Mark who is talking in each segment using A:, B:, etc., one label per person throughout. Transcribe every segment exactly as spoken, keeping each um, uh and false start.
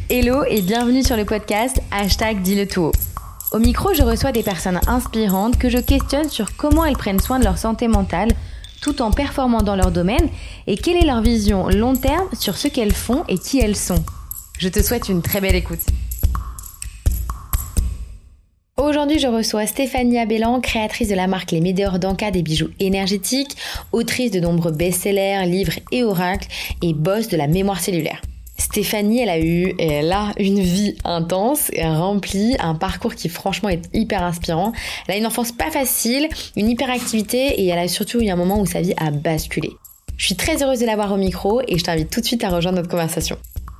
A: Hello et bienvenue sur le podcast Hashtag Dis-le tout haut. Au micro, je reçois des personnes inspirantes que je questionne sur comment elles prennent soin de leur santé mentale tout en performant dans leur domaine et quelle est leur vision long terme sur ce qu'elles font et qui elles sont. Je te souhaite une très belle écoute. Aujourd'hui, je reçois Stéphanie Abellan, créatrice de la marque Les Médéors d'Anka des bijoux énergétiques, autrice de nombreux best-sellers, livres et oracles et boss de la mémoire cellulaire. Stéphanie, elle a eu et elle a une vie intense et remplie, un parcours qui franchement est hyper inspirant. Elle a une enfance pas facile, une hyperactivité et elle a surtout eu un moment où sa vie a basculé. Je suis très heureuse de l'avoir au micro et je t'invite tout de suite à rejoindre notre conversation.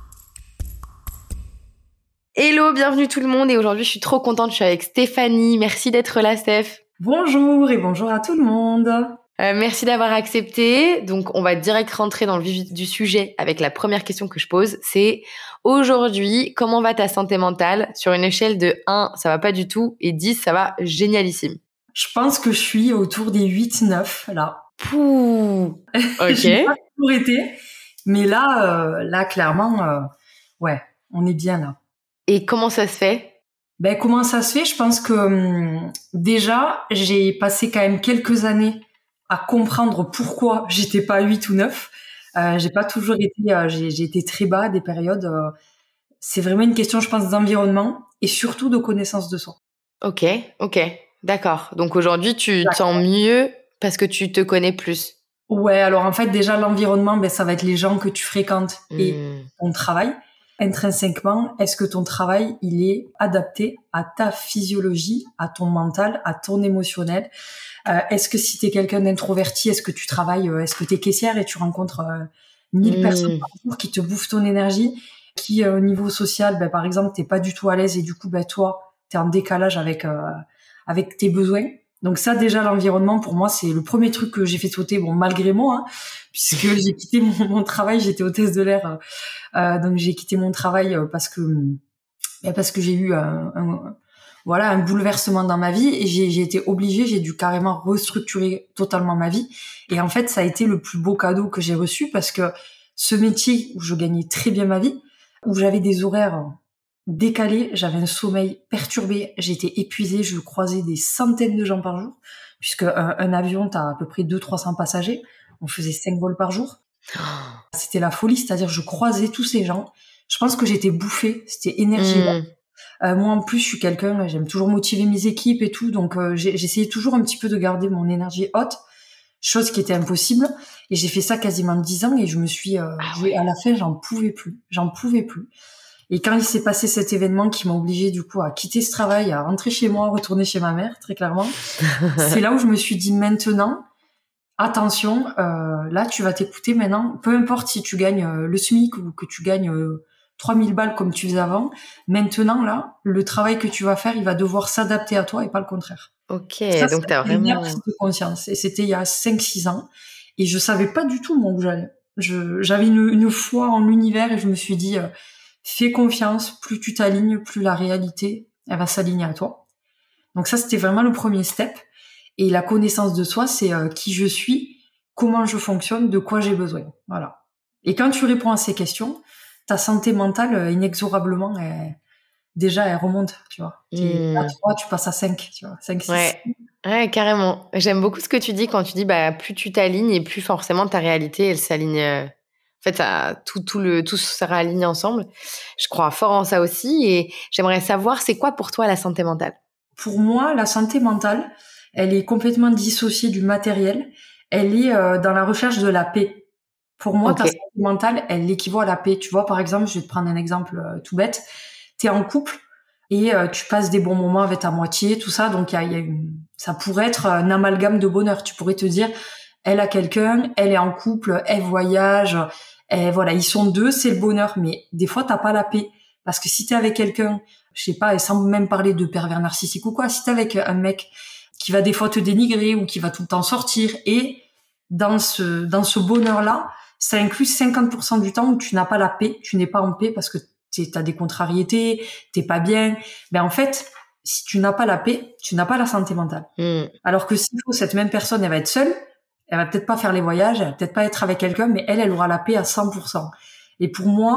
A: Hello, bienvenue tout le monde et aujourd'hui je suis trop contente, je suis avec Stéphanie. Merci d'être là, Steph.
B: Bonjour et bonjour à tout le monde.
A: Euh, merci d'avoir accepté. Donc, on va direct rentrer dans le vif du sujet avec la première question que je pose. C'est aujourd'hui, comment va ta santé mentale sur une échelle de un, ça va pas du tout, et dix, ça va génialissime?
B: Je pense que je suis autour des huit neuf là.
A: Pouh. Ok.
B: J'ai pas toujours été, mais là, euh, là clairement, euh, ouais, on est bien là.
A: Et comment ça se fait?
B: Ben comment ça se fait? Je pense que hum, déjà, j'ai passé quand même quelques années à comprendre pourquoi j'étais pas huit ou neuf. Euh, j'ai pas toujours été, euh, j'ai, j'ai été très bas à des périodes. Euh, c'est vraiment une question, je pense, d'environnement et surtout de connaissance de soi.
A: Ok, ok, d'accord. Donc aujourd'hui, tu te sens mieux parce que tu te connais plus.
B: Ouais, alors en fait, déjà, l'environnement, ben, ça va être les gens que tu fréquentes et
A: Mmh.
B: ton travail. Intrinsèquement, est-ce que ton travail, il est adapté à ta physiologie, à ton mental, à ton émotionnel? Euh, est-ce que si t'es quelqu'un d'introverti, est-ce que tu travailles, euh, est-ce que t'es caissière et tu rencontres euh, mille
A: Mmh.
B: personnes par jour qui te bouffent ton énergie, qui euh, au niveau social, ben, par exemple, t'es pas du tout à l'aise et du coup, ben, toi, t'es en décalage avec euh, avec tes besoins. Donc ça, déjà, l'environnement, pour moi, c'est le premier truc que j'ai fait sauter, bon, malgré moi, hein, puisque j'ai quitté mon, mon travail, j'étais hôtesse de l'air, euh, donc j'ai quitté mon travail parce que ben, parce que j'ai eu un, un voilà un bouleversement dans ma vie et j'ai, j'ai été obligée, j'ai dû carrément restructurer totalement ma vie. Et en fait, ça a été le plus beau cadeau que j'ai reçu parce que ce métier où je gagnais très bien ma vie, où j'avais des horaires décalés, j'avais un sommeil perturbé, j'étais épuisée, je croisais des centaines de gens par jour, puisque un, un avion, t'as à peu près deux cents à trois cents passagers, on faisait cinq vols par jour. C'était la folie, c'est-à-dire je croisais tous ces gens. Je pense que j'étais bouffée, c'était énergie.
A: Mmh.
B: Euh, moi en plus, je suis quelqu'un, j'aime toujours motiver mes équipes et tout, donc euh, j'ai, j'essayais toujours un petit peu de garder mon énergie haute, chose qui était impossible. Et j'ai fait ça quasiment dix ans et je me suis, euh,
A: Ah
B: je-
A: ouais.
B: à la fin, j'en pouvais plus, j'en pouvais plus. Et quand il s'est passé cet événement qui m'a obligée du coup à quitter ce travail, à rentrer chez moi, retourner chez ma mère, très clairement, c'est là où je me suis dit maintenant, attention, euh, là tu vas t'écouter maintenant, peu importe si tu gagnes euh, le SMIC ou que tu gagnes euh, trois mille balles comme tu faisais avant, maintenant là, le travail que tu vas faire, il va devoir s'adapter à toi et pas le contraire.
A: Ok,
B: Ça,
A: donc t'as
B: c'était une
A: vraiment...
B: prise de conscience et c'était il y a cinq six ans et je savais pas du tout moi où j'allais. Je, j'avais une, une foi en l'univers et je me suis dit... Euh, fais confiance, plus tu t'alignes, plus la réalité, elle va s'aligner à toi. Donc ça, c'était vraiment le premier step. Et la connaissance de soi, c'est euh, qui je suis, comment je fonctionne, de quoi j'ai besoin. Voilà. Et quand tu réponds à ces questions, ta santé mentale, euh, inexorablement, elle, déjà, elle remonte, tu vois. T'es à
A: Mmh.
B: trois, tu passes à cinq, tu vois. cinq, six.
A: Ouais. Ouais, carrément. J'aime beaucoup ce que tu dis quand tu dis bah plus tu t'alignes et plus forcément ta réalité elle s'aligne. euh, En fait, ça, tout tout le tout sera aligné ensemble. Je crois fort en ça aussi et j'aimerais savoir c'est quoi pour toi la santé mentale.
B: Pour moi, la santé mentale, elle est complètement dissociée du matériel. Elle est euh, dans la recherche de la paix. Pour moi,
A: Ok.
B: ta santé mentale, elle équivaut à la paix. Tu vois, par exemple, je vais te prendre un exemple euh, tout bête. T'es en couple et euh, tu passes des bons moments avec ta moitié, tout ça. Donc, il y a, il y a une... ça pourrait être un amalgame de bonheur. Tu pourrais te dire, elle a quelqu'un, elle est en couple, elle voyage, elle, voilà, ils sont deux, c'est le bonheur. Mais des fois, t'as pas la paix. Parce que si t'es avec quelqu'un, je sais pas, et sans même parler de pervers narcissique ou quoi, si t'es avec un mec qui va des fois te dénigrer ou qui va tout le temps sortir et dans ce, dans ce bonheur-là, ça inclut cinquante pour cent du temps où tu n'as pas la paix, tu n'es pas en paix parce que t'as des contrariétés, t'es pas bien. Ben en fait, si tu n'as pas la paix, tu n'as pas la santé mentale.
A: Mmh.
B: Alors que s'il faut cette même personne, elle va être seule, elle va peut-être pas faire les voyages, elle va peut-être pas être avec quelqu'un, mais elle, elle aura la paix à cent pour cent. Et pour moi,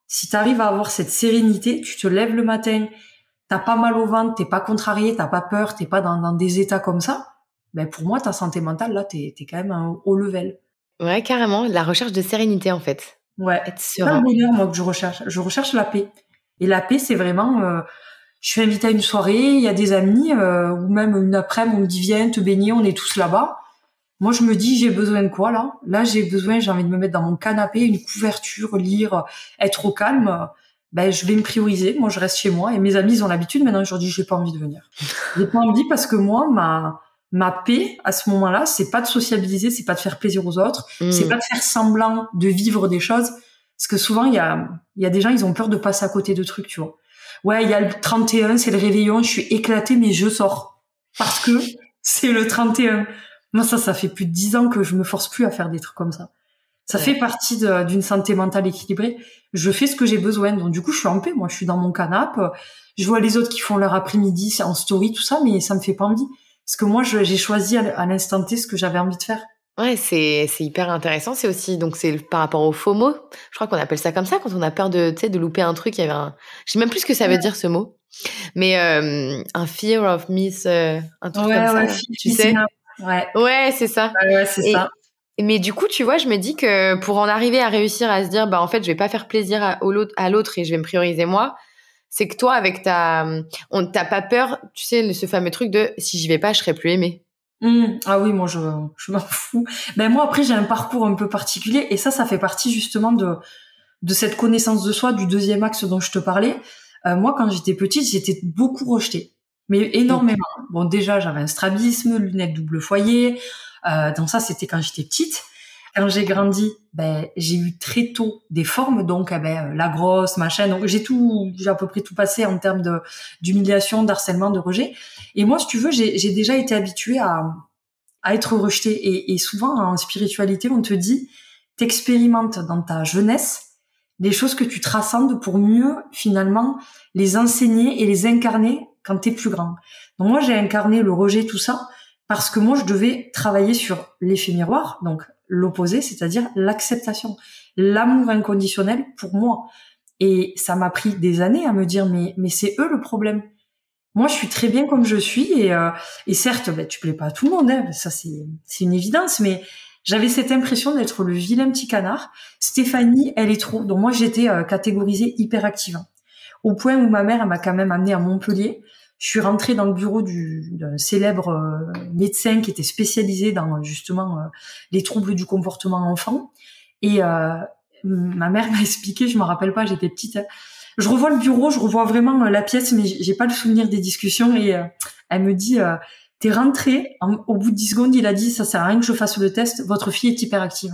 B: Si t'arrives à avoir cette sérénité, tu te lèves le matin, t'as pas mal au ventre, t'es pas contrarié, t'as pas peur, t'es pas dans, dans des états comme ça, ben pour moi, ta santé mentale, là, t'es, t'es quand même à un haut level.
A: Ouais, carrément, la recherche de sérénité, en fait.
B: Ouais.
A: Être
B: C'est pas le
A: serein.
B: bonheur, moi, que je recherche. Je recherche la paix. Et la paix, c'est vraiment, euh, je suis invitée à une soirée, il y a des amis, euh, ou même une après-midi, on me dit, viens te baigner, on est tous là-bas. Moi, je me dis, j'ai besoin de quoi, là? Là, j'ai besoin, j'ai envie de me mettre dans mon canapé, une couverture, lire, être au calme. Ben, je vais me prioriser. Moi, je reste chez moi. Et mes amis, ils ont l'habitude. Maintenant, je leur dis, j'ai pas envie de venir. J'ai pas envie parce que moi, ma, ma paix, à ce moment-là, c'est pas de sociabiliser, c'est pas de faire plaisir aux autres,
A: Mmh.
B: c'est pas de faire semblant de vivre des choses. Parce que souvent, il y a, il y a des gens, ils ont peur de passer à côté de trucs, tu vois. Ouais, il y a le trente et un, c'est le réveillon, je suis éclatée, mais je sors. Parce que c'est le trente et un. Moi, ça, ça fait plus de dix ans que je me force plus à faire des trucs comme ça. Ça ouais. fait partie de, d'une santé mentale équilibrée. Je fais ce que j'ai besoin. Donc, du coup, je suis en paix. Moi, je suis dans mon canapé. Je vois les autres qui font leur après-midi en story, tout ça, mais ça me fait pas envie. Parce que moi, je, j'ai choisi à l'instant T ce que j'avais envie de faire.
A: Ouais, c'est, c'est hyper intéressant. C'est aussi, donc, c'est par rapport au FOMO. Je crois qu'on appelle ça comme ça quand on a peur de, tu sais, de louper un truc. Il y avait un, je sais même plus ce que ça veut ouais. dire, ce mot. Mais, euh, un fear of miss, euh, un truc
B: ouais,
A: comme
B: ouais,
A: ça.
B: F-
A: tu sais?
B: Ouais.
A: Ouais, c'est ça.
B: Ouais, ouais c'est
A: et,
B: ça.
A: Mais du coup, tu vois, je me dis que pour en arriver à réussir à se dire, bah, en fait, je vais pas faire plaisir à, au, à l'autre et je vais me prioriser moi, c'est que toi, avec ta, on, t'as pas peur, tu sais, ce fameux truc de si j'y vais pas, je serai plus aimée.
B: Mmh. Ah oui, moi, je, je m'en fous. Ben, moi, après, j'ai un parcours un peu particulier et ça, ça fait partie justement de, de cette connaissance de soi, du deuxième axe dont je te parlais. Euh, moi, quand j'étais petite, j'étais beaucoup rejetée. Mais énormément. Okay. Bon, déjà, j'avais un strabisme, lunettes double foyer. Euh, donc ça, c'était quand j'étais petite. Quand j'ai grandi, ben, j'ai eu très tôt des formes, donc eh ben, la grosse, machin. Donc j'ai tout, j'ai à peu près tout passé en termes de d'humiliation, d'harcèlement, de rejet. Et moi, si tu veux, j'ai, j'ai déjà été habituée à, à être rejetée. Et, et souvent, en spiritualité, on te dit, t'expérimentes dans ta jeunesse des choses que tu transcendes pour mieux, finalement, les enseigner et les incarner quand t'es plus grand. Donc moi, j'ai incarné le rejet, tout ça, parce que moi, je devais travailler sur l'effet miroir, donc l'opposé, c'est-à-dire l'acceptation, l'amour inconditionnel pour moi. Et ça m'a pris des années à me dire, mais mais c'est eux le problème. Moi, je suis très bien comme je suis, et, euh, et certes, ben, tu plais pas à tout le monde, hein, ça c'est, c'est une évidence, mais j'avais cette impression d'être le vilain petit canard. Stéphanie, elle est trop... Donc moi, j'étais euh, catégorisée hyperactive, au point où ma mère, elle m'a quand même amenée à Montpellier. Je suis rentrée dans le bureau du, d'un célèbre euh, médecin qui était spécialisé dans justement euh, les troubles du comportement enfant. Et euh, ma mère m'a expliqué, je me rappelle pas, j'étais petite. Hein. Je revois le bureau, je revois vraiment euh, la pièce, mais j'ai pas le souvenir des discussions. Et euh, elle me dit, euh, t'es rentrée, en, au bout de dix secondes, il a dit, ça sert à rien que je fasse le test, votre fille est hyperactive.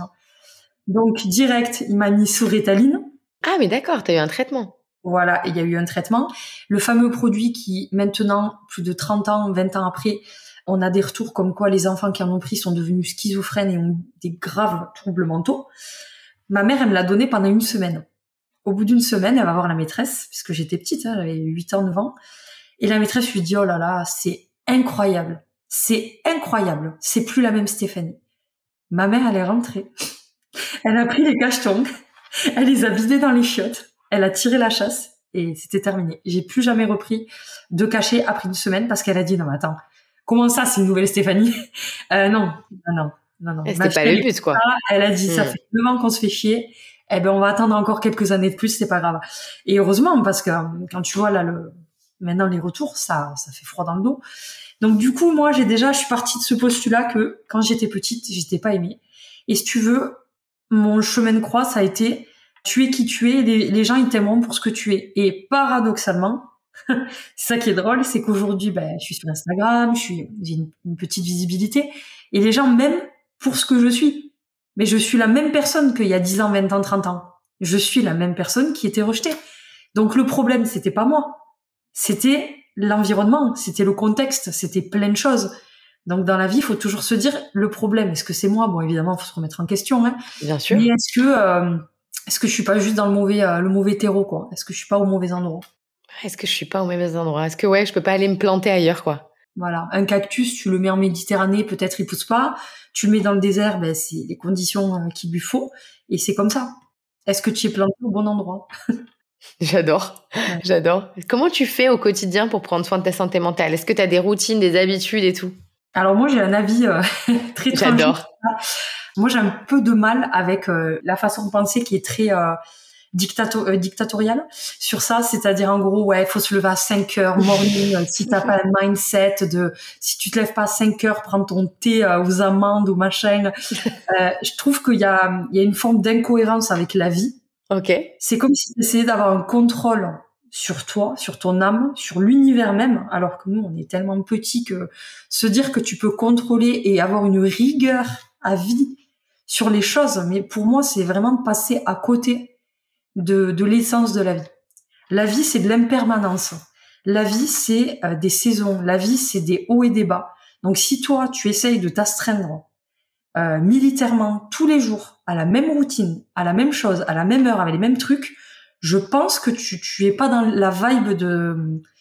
B: Donc direct, il m'a mis sous Ritaline.
A: Ah mais d'accord, t'as eu un traitement.
B: Voilà, il y a eu un traitement. Le fameux produit qui, maintenant, plus de trente ans, vingt ans après, on a des retours comme quoi les enfants qui en ont pris sont devenus schizophrènes et ont des graves troubles mentaux. Ma mère, elle me l'a donné pendant une semaine. Au bout d'une semaine, elle va voir la maîtresse, puisque j'étais petite, hein, j'avais huit ans, neuf ans. Et la maîtresse lui dit, oh là là, c'est incroyable. C'est incroyable. C'est plus la même Stéphanie. Ma mère, elle est rentrée. Elle a pris les cachetons. Elle les a vidés dans les chiottes. Elle a tiré la chasse et c'était terminé. J'ai plus jamais repris de cachet après une semaine parce qu'elle a dit non mais attends, comment ça c'est une nouvelle Stéphanie? euh, non, non, non, non, non.
A: C'était pas le but quoi.
B: Elle a dit mmh. ça fait neuf ans qu'on se fait chier. Eh ben on va attendre encore quelques années de plus, c'est pas grave. Et heureusement parce que quand tu vois là le maintenant les retours, ça ça fait froid dans le dos. Donc du coup moi j'ai déjà je suis partie de ce postulat que quand j'étais petite j'étais pas aimée. Et si tu veux mon chemin de croix ça a été tu es qui tu es, les, les gens ils t'aimeront pour ce que tu es. Et paradoxalement, c'est ça qui est drôle, c'est qu'aujourd'hui, ben, je suis sur Instagram, je suis, j'ai une, une petite visibilité, et les gens m'aiment pour ce que je suis. Mais je suis la même personne qu'il y a dix ans, vingt ans, trente ans. Je suis la même personne qui était rejetée. Donc le problème, c'était pas moi, c'était l'environnement, c'était le contexte, c'était plein de choses. Donc dans la vie, il faut toujours se dire le problème. Est-ce que c'est moi? Bon, évidemment, il faut se remettre en question. Hein.
A: Bien sûr.
B: Mais est-ce que euh, est-ce que je suis pas juste dans le mauvais euh, le mauvais terreau quoi? Est-ce que je suis pas au mauvais endroit?
A: Est-ce que je suis pas au mauvais endroit? Est-ce que ouais, je peux pas aller me planter ailleurs quoi?
B: Voilà, un cactus, tu le mets en Méditerranée, peut-être il pousse pas. Tu le mets dans le désert, ben c'est les conditions euh, qu'il lui faut et c'est comme ça. Est-ce que tu es planté au bon endroit?
A: J'adore, ouais. J'adore. Comment tu fais au quotidien pour prendre soin de ta santé mentale? Est-ce que tu as des routines, des habitudes et tout?
B: Alors moi, j'ai un avis euh, très tranché.
A: J'adore.
B: Moi, j'ai un peu de mal avec euh, la façon de penser qui est très euh, dictato- euh, dictatoriale sur ça. C'est-à-dire, en gros, ouais, il faut se lever à cinq heures, morning. Si t'as pas un mindset de... Si tu te lèves pas à cinq heures, prends ton thé euh, aux amandes ou machin. Euh, je trouve qu'il y a, il y a une forme d'incohérence avec la vie.
A: Ok.
B: C'est comme si tu essayais d'avoir un contrôle sur toi, sur ton âme, sur l'univers même, alors que nous, on est tellement petits que se dire que tu peux contrôler et avoir une rigueur à vie sur les choses, mais pour moi, c'est vraiment passer à côté de, de l'essence de la vie. La vie, c'est de l'impermanence. La vie, c'est euh, des saisons. La vie, c'est des hauts et des bas. Donc, si toi, tu essayes de t'astreindre euh, militairement tous les jours à la même routine, à la même chose, à la même heure, avec les mêmes trucs, je pense que tu tu es pas dans la vibe de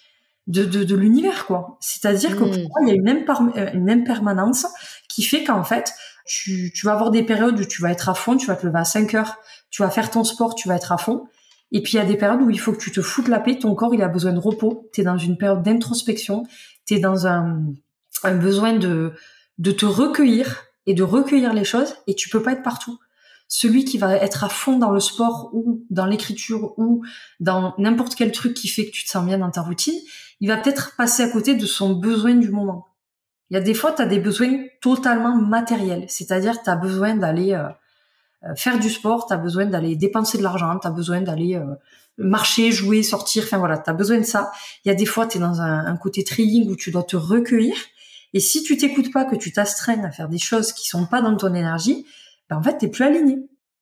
B: de de, de l'univers, quoi. C'est-à-dire que pour
A: Mmh.
B: moi, il y a une, impar- une impermanence qui fait qu'en fait, tu tu vas avoir des périodes où tu vas être à fond, tu vas te lever à cinq heures, tu vas faire ton sport, tu vas être à fond. Et puis il y a des périodes où il faut que tu te foutes la paix, ton corps il a besoin de repos, tu es dans une période d'introspection, tu es dans un un besoin de de te recueillir et de recueillir les choses, et tu peux pas être partout. Celui qui va être à fond dans le sport ou dans l'écriture ou dans n'importe quel truc qui fait que tu te sens bien dans ta routine, il va peut-être passer à côté de son besoin du moment. Il y a des fois, tu as des besoins totalement matériels, c'est-à-dire tu as besoin d'aller euh, faire du sport, tu as besoin d'aller dépenser de l'argent, tu as besoin d'aller euh, marcher, jouer, sortir, enfin voilà, tu as besoin de ça. Il y a des fois, tu es dans un, un côté trading où tu dois te recueillir, et si tu t'écoutes pas, que tu t'astreignes à faire des choses qui sont pas dans ton énergie, ben en fait, t'es plus aligné.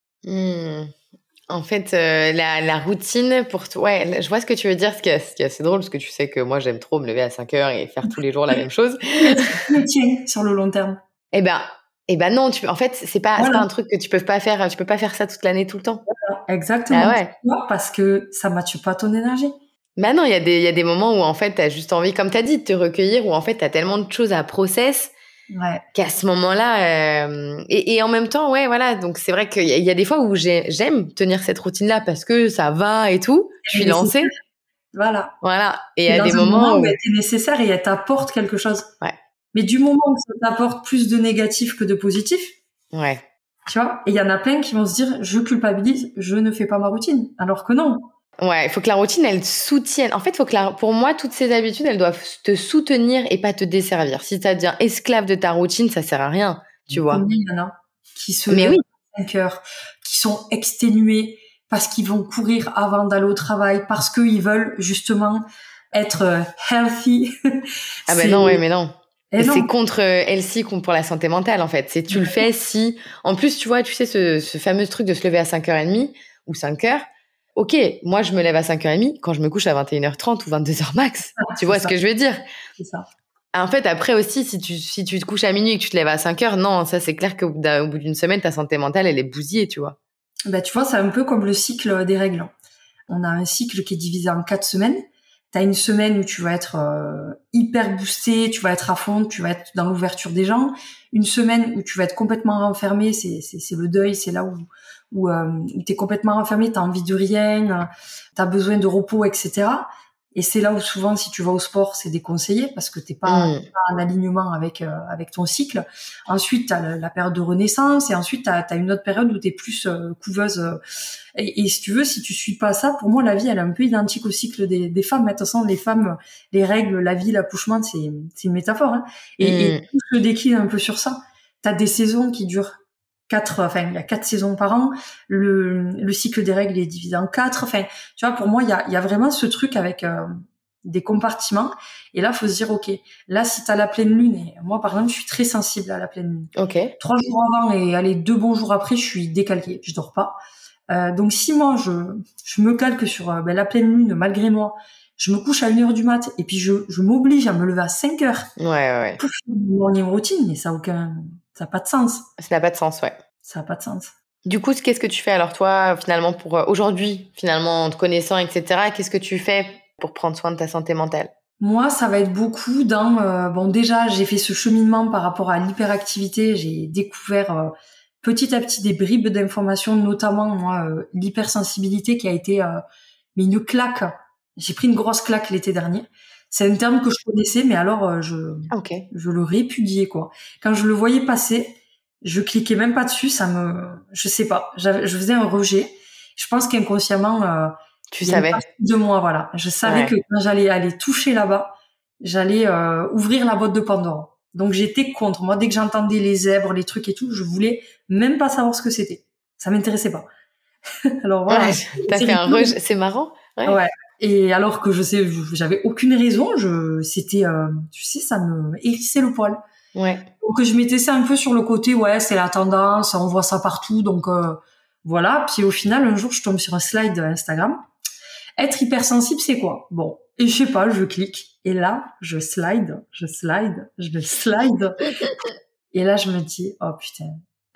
A: Mmh. En fait, euh, la, la routine pour toi, ouais, je vois ce que tu veux dire, ce qui est, ce qui est assez drôle, parce que tu sais que moi, j'aime trop me lever à cinq heures et faire tous les jours la même chose.
B: Le tien sur le long terme.
A: Eh ben, eh ben non, tu, en fait, c'est pas,
B: Voilà.
A: c'est pas un truc que tu peux pas faire, tu peux pas faire ça toute l'année, tout le temps.
B: Voilà, exactement.
A: Ah ouais.
B: Pourquoi ? Parce que ça matche pas ton énergie.
A: Bah non, il y a des, il y a des moments où en fait, t'as juste envie, comme t'as dit, de te recueillir, où en fait, t'as tellement de choses à process.
B: Ouais.
A: Qu'à ce moment-là, euh, et, et en même temps, ouais, voilà. Donc c'est vrai qu'il y a, il y a des fois où j'ai, j'aime tenir cette routine-là parce que ça va et tout. Je suis lancée.
B: Voilà.
A: Voilà. Et il y a
B: dans
A: des
B: un
A: moments
B: moment où
A: où
B: elle est nécessaire et elle t'apporte quelque chose.
A: Ouais.
B: Mais du moment où ça t'apporte plus de négatif que de positif,
A: ouais.
B: Tu vois, et il y en a plein qui vont se dire, je culpabilise, je ne fais pas ma routine. Alors que non.
A: Ouais, il faut que la routine, elle soutienne. En fait, faut que la, pour moi, toutes ces habitudes, elles doivent te soutenir et pas te desservir. Si t'as deviens esclave de ta routine, ça sert à rien, tu vois.
B: Combien il y en a qui se
A: Mais
B: lèvent
A: oui.
B: à cinq heures, qui sont exténués parce qu'ils vont courir avant d'aller au travail, parce qu'ils veulent justement être healthy.
A: Ah ben non, ouais, mais non.
B: Et non.
A: C'est contre euh, healthy pour la santé mentale, en fait. C'est tu le fais si... En plus, tu vois, tu sais, ce, ce fameux truc de se lever à cinq heures trente ou cinq heures. Ok, moi, je me lève à cinq heures trente quand je me couche à vingt et une heures trente ou vingt-deux heures max.
B: Ah,
A: tu vois
B: ça.
A: ce que je veux dire?
B: C'est ça.
A: En fait, après aussi, si tu, si tu te couches à minuit et que tu te lèves à cinq heures, non, ça, c'est clair qu'au bout, d'un, au bout d'une semaine, ta santé mentale, elle est bousillée, tu vois.
B: Bah, tu vois, c'est un peu comme le cycle des règles. On a un cycle qui est divisé en quatre semaines. T'as une semaine où tu vas être euh, hyper boosté, tu vas être à fond, tu vas être dans l'ouverture des gens. Une semaine où tu vas être complètement renfermé, c'est, c'est, c'est le deuil, c'est là où, où, euh, où t'es complètement renfermé, t'as envie de rien, t'as besoin de repos, et cetera. Et c'est là où souvent, si tu vas au sport, c'est déconseillé parce que t'es pas,
A: mmh.
B: pas en alignement avec euh, avec ton cycle. Ensuite, t'as la, la période de renaissance et ensuite t'as, t'as une autre période où t'es plus euh, couveuse. Euh, et, et si tu veux, si tu suis pas ça, pour moi, la vie, elle est un peu identique au cycle des, des femmes. De toute façon, les femmes, les règles, la vie, l'accouchement, c'est c'est une métaphore. Hein. Et, mmh. et tout se décline un peu sur ça. T'as des saisons qui durent quatre, enfin, il y a quatre saisons par an. Le, le cycle des règles est divisé en quatre. Enfin, tu vois, pour moi, il y a, il y a vraiment ce truc avec euh, des compartiments. Et là, faut se dire, ok, là, si t'as la pleine lune, et moi, par exemple, je suis très sensible à la pleine lune.
A: Ok.
B: Trois jours avant et allez, deux bons jours après, je suis décalquée, je dors pas. Euh, donc, si moi, je, je me calque sur euh, ben, la pleine lune, malgré moi, je me couche à une heure du mat, et puis je, je m'oblige à me lever à cinq heures.
A: Ouais, ouais, ouais.
B: Pour faire une morning routine, mais ça a aucun, ça n'a pas de sens.
A: Ça n'a pas de sens, ouais.
B: Ça n'a pas de sens.
A: Du coup, qu'est-ce que tu fais alors toi, finalement, pour euh, aujourd'hui, finalement, en te connaissant, et cetera. Qu'est-ce que tu fais pour prendre soin de ta santé mentale?
B: Moi, ça va être beaucoup dans... Euh, bon, déjà, j'ai fait ce cheminement par rapport à l'hyperactivité. J'ai découvert euh, petit à petit des bribes d'informations, notamment moi euh, l'hypersensibilité qui a été euh, mais une claque. J'ai pris une grosse claque l'été dernier. C'est un terme que je connaissais, mais alors euh, je
A: Okay.
B: je le répudiais quoi. Quand je le voyais passer, je cliquais même pas dessus, ça me, je sais pas, j'avais, je faisais un rejet. Je pense qu'inconsciemment, euh,
A: Tu
B: il y a une
A: savais.
B: partie de moi, voilà. Je savais
A: Ouais.
B: que quand j'allais aller toucher là-bas, j'allais euh, ouvrir la boîte de Pandore. Donc j'étais contre. Moi, dès que j'entendais les zèbres, les trucs et tout, je voulais même pas savoir ce que c'était. Ça m'intéressait pas. Alors voilà.
A: Ouais, t'as
B: C'est
A: fait un
B: rigolo.
A: rejet. C'est marrant. Ouais.
B: Ouais. Et alors que je sais, j'avais aucune raison. Je, c'était, euh, tu sais, ça me hérissait le poil.
A: Ouais.
B: Donc je mettais ça un peu sur le côté, ouais, c'est la tendance, on voit ça partout, donc euh, voilà. Puis au final, un jour, je tombe sur un slide Instagram. Être hypersensible, c'est quoi? Bon, et je sais pas, je clique, et là, je slide, je slide, je slide, et là, je me dis, oh putain.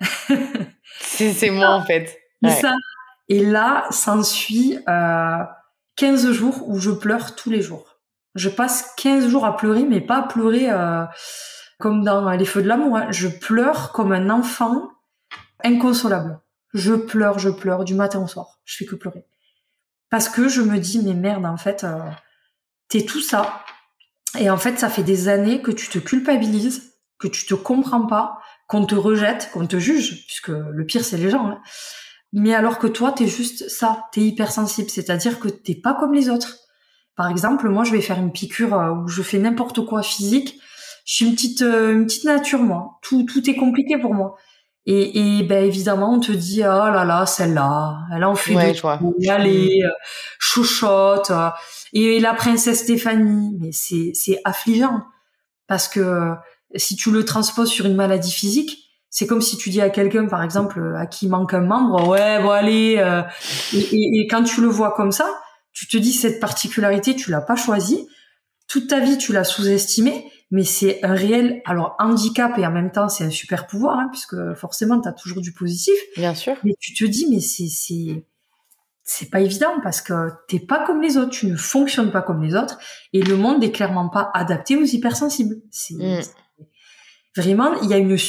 A: C'est, c'est moi en fait.
B: Et
A: Ouais.
B: ça, et là, s'ensuit euh, quinze jours où je pleure tous les jours. Je passe quinze jours à pleurer, mais pas à pleurer euh, comme dans Les Feux de l'amour. Hein. Je pleure comme un enfant inconsolable. Je pleure, je pleure du matin au soir. Je fais que pleurer. Parce que je me dis, mais merde, en fait, euh, t'es tout ça. Et en fait, ça fait des années que tu te culpabilises, que tu te comprends pas, qu'on te rejette, qu'on te juge, puisque le pire, c'est les gens. Hein. Mais alors que toi, t'es juste ça, t'es hypersensible, c'est-à-dire que t'es pas comme les autres. Par exemple, moi, je vais faire une piqûre euh, où je fais n'importe quoi physique. Je suis une petite, euh, une petite nature, moi. Tout, tout est compliqué pour moi. Et, et ben évidemment, on te dit, oh là là, celle-là, elle en fait
A: Ouais,
B: de
A: je vois.
B: tout, allez, euh, chouchotte. euh, Et la princesse Stéphanie, mais c'est, c'est affligeant. Parce que euh, si tu le transposes sur une maladie physique, c'est comme si tu dis à quelqu'un, par exemple, à qui manque un membre, ouais, bon allez. Euh, et, et, et quand tu le vois comme ça, tu te dis cette particularité, tu l'as pas choisie. Toute ta vie, tu l'as sous-estimée, mais c'est un réel, alors handicap et en même temps c'est un super pouvoir, hein, puisque forcément t'as toujours du positif.
A: Bien sûr.
B: Mais tu te dis, mais c'est c'est c'est pas évident parce que t'es pas comme les autres, tu ne fonctionnes pas comme les autres, et le monde est clairement pas adapté aux hypersensibles. C'est
A: Mm.
B: Vraiment, il y a une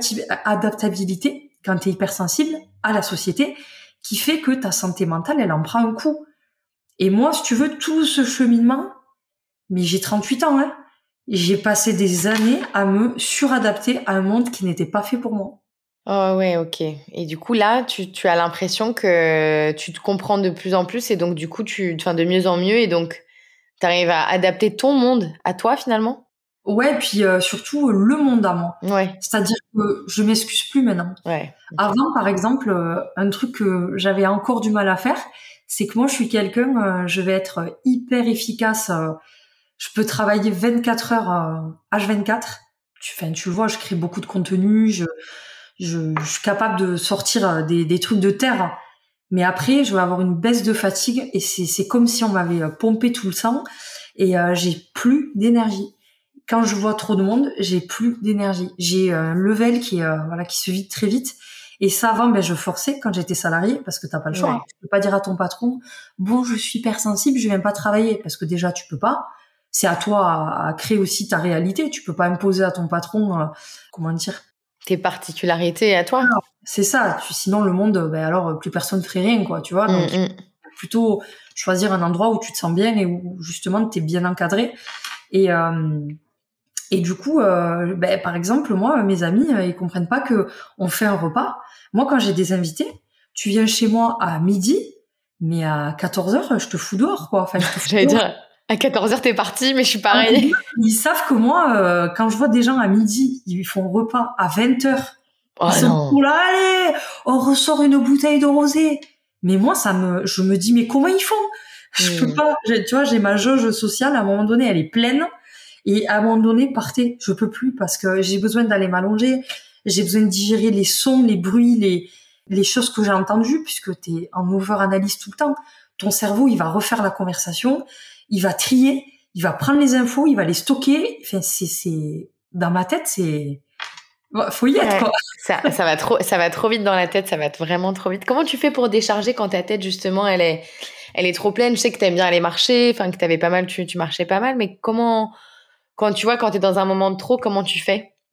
B: suradaptabilité quand tu es hypersensible à la société qui fait que ta santé mentale, elle en prend un coup. Et moi, si tu veux, tout ce cheminement, mais j'ai trente-huit ans, hein, j'ai passé des années à me suradapter à un monde qui n'était pas fait pour moi.
A: Oh ouais, ok. Et du coup, là, tu, tu as l'impression que tu te comprends de plus en plus et donc, du coup, tu, enfin, de mieux en mieux et donc, tu arrives à adapter ton monde à toi, finalement?
B: Ouais, puis euh, surtout le monde à moi.
A: Ouais,
B: C'est-à-dire que je m'excuse plus maintenant.
A: ouais. Ok.
B: Avant, par exemple, euh, un truc que j'avais encore du mal à faire, c'est que moi, je suis quelqu'un, euh, je vais être hyper efficace. euh, je peux travailler vingt-quatre heures euh, H vingt-quatre. Tu, enfin, tu le vois, je crée beaucoup de contenu, je, je, je suis capable de sortir euh, des, des trucs de terre. Mais après, je vais avoir une baisse de fatigue et c'est, c'est comme si on m'avait euh, pompé tout le sang et euh, j'ai plus d'énergie. Quand je vois trop de monde, j'ai plus d'énergie. J'ai un level qui est euh, voilà qui se vide très vite. Et ça, avant, ben je forçais quand j'étais salariée parce que t'as pas le choix.
A: Ouais.
B: Hein. Tu peux pas dire à ton patron, bon, je suis hypersensible, je viens pas travailler parce que déjà tu peux pas. C'est à toi à, à créer aussi ta réalité. Tu peux pas imposer à ton patron, euh, comment dire.
A: Tes particularités à toi.
B: Alors, c'est ça. Tu, sinon le monde, ben alors plus personne ferait rien, quoi. Tu vois. Donc
A: Mm, mm.
B: plutôt choisir un endroit où tu te sens bien et où justement t'es bien encadré. Et euh, Et du coup, euh, ben, par exemple, moi, mes amis, euh, ils comprennent pas que on fait un repas. Moi, quand j'ai des invités, tu viens chez moi à midi, mais à quatorze heures, je te fous dehors, quoi. Enfin, je te fous
A: J'allais
B: dehors.
A: dire, à quatorze heures, t'es parti, mais je suis
B: Ah,
A: pareil.
B: Ils savent que moi, euh, quand je vois des gens à midi, ils font repas à vingt heures.
A: Oh
B: Ils sont
A: non.
B: pour là, allez, on ressort une bouteille de rosé. Mais moi, ça me, je me dis, mais comment ils font? Je
A: Mm.
B: peux pas. J'ai- Tu vois, j'ai ma jauge sociale. À un moment donné, elle est pleine. Et à un moment donné, partez, je peux plus parce que j'ai besoin d'aller m'allonger, j'ai besoin de digérer les sons, les bruits, les, les choses que j'ai entendues, puisque t'es en over-analyse tout le temps. Ton cerveau, il va refaire la conversation, il va trier, il va prendre les infos, il va les stocker. Enfin, c'est, c'est, dans ma tête, c'est, faut y être,
A: Ouais.
B: quoi.
A: Ça, ça va trop, ça va trop vite dans la tête, ça va vraiment trop vite. Comment tu fais pour décharger quand ta tête, justement, elle est, elle est trop pleine? Je sais que t'aimes bien aller marcher, enfin, que t'avais pas mal, tu, tu marchais pas mal, mais comment, quand tu vois, quand t'es dans un moment de trop, comment tu fais?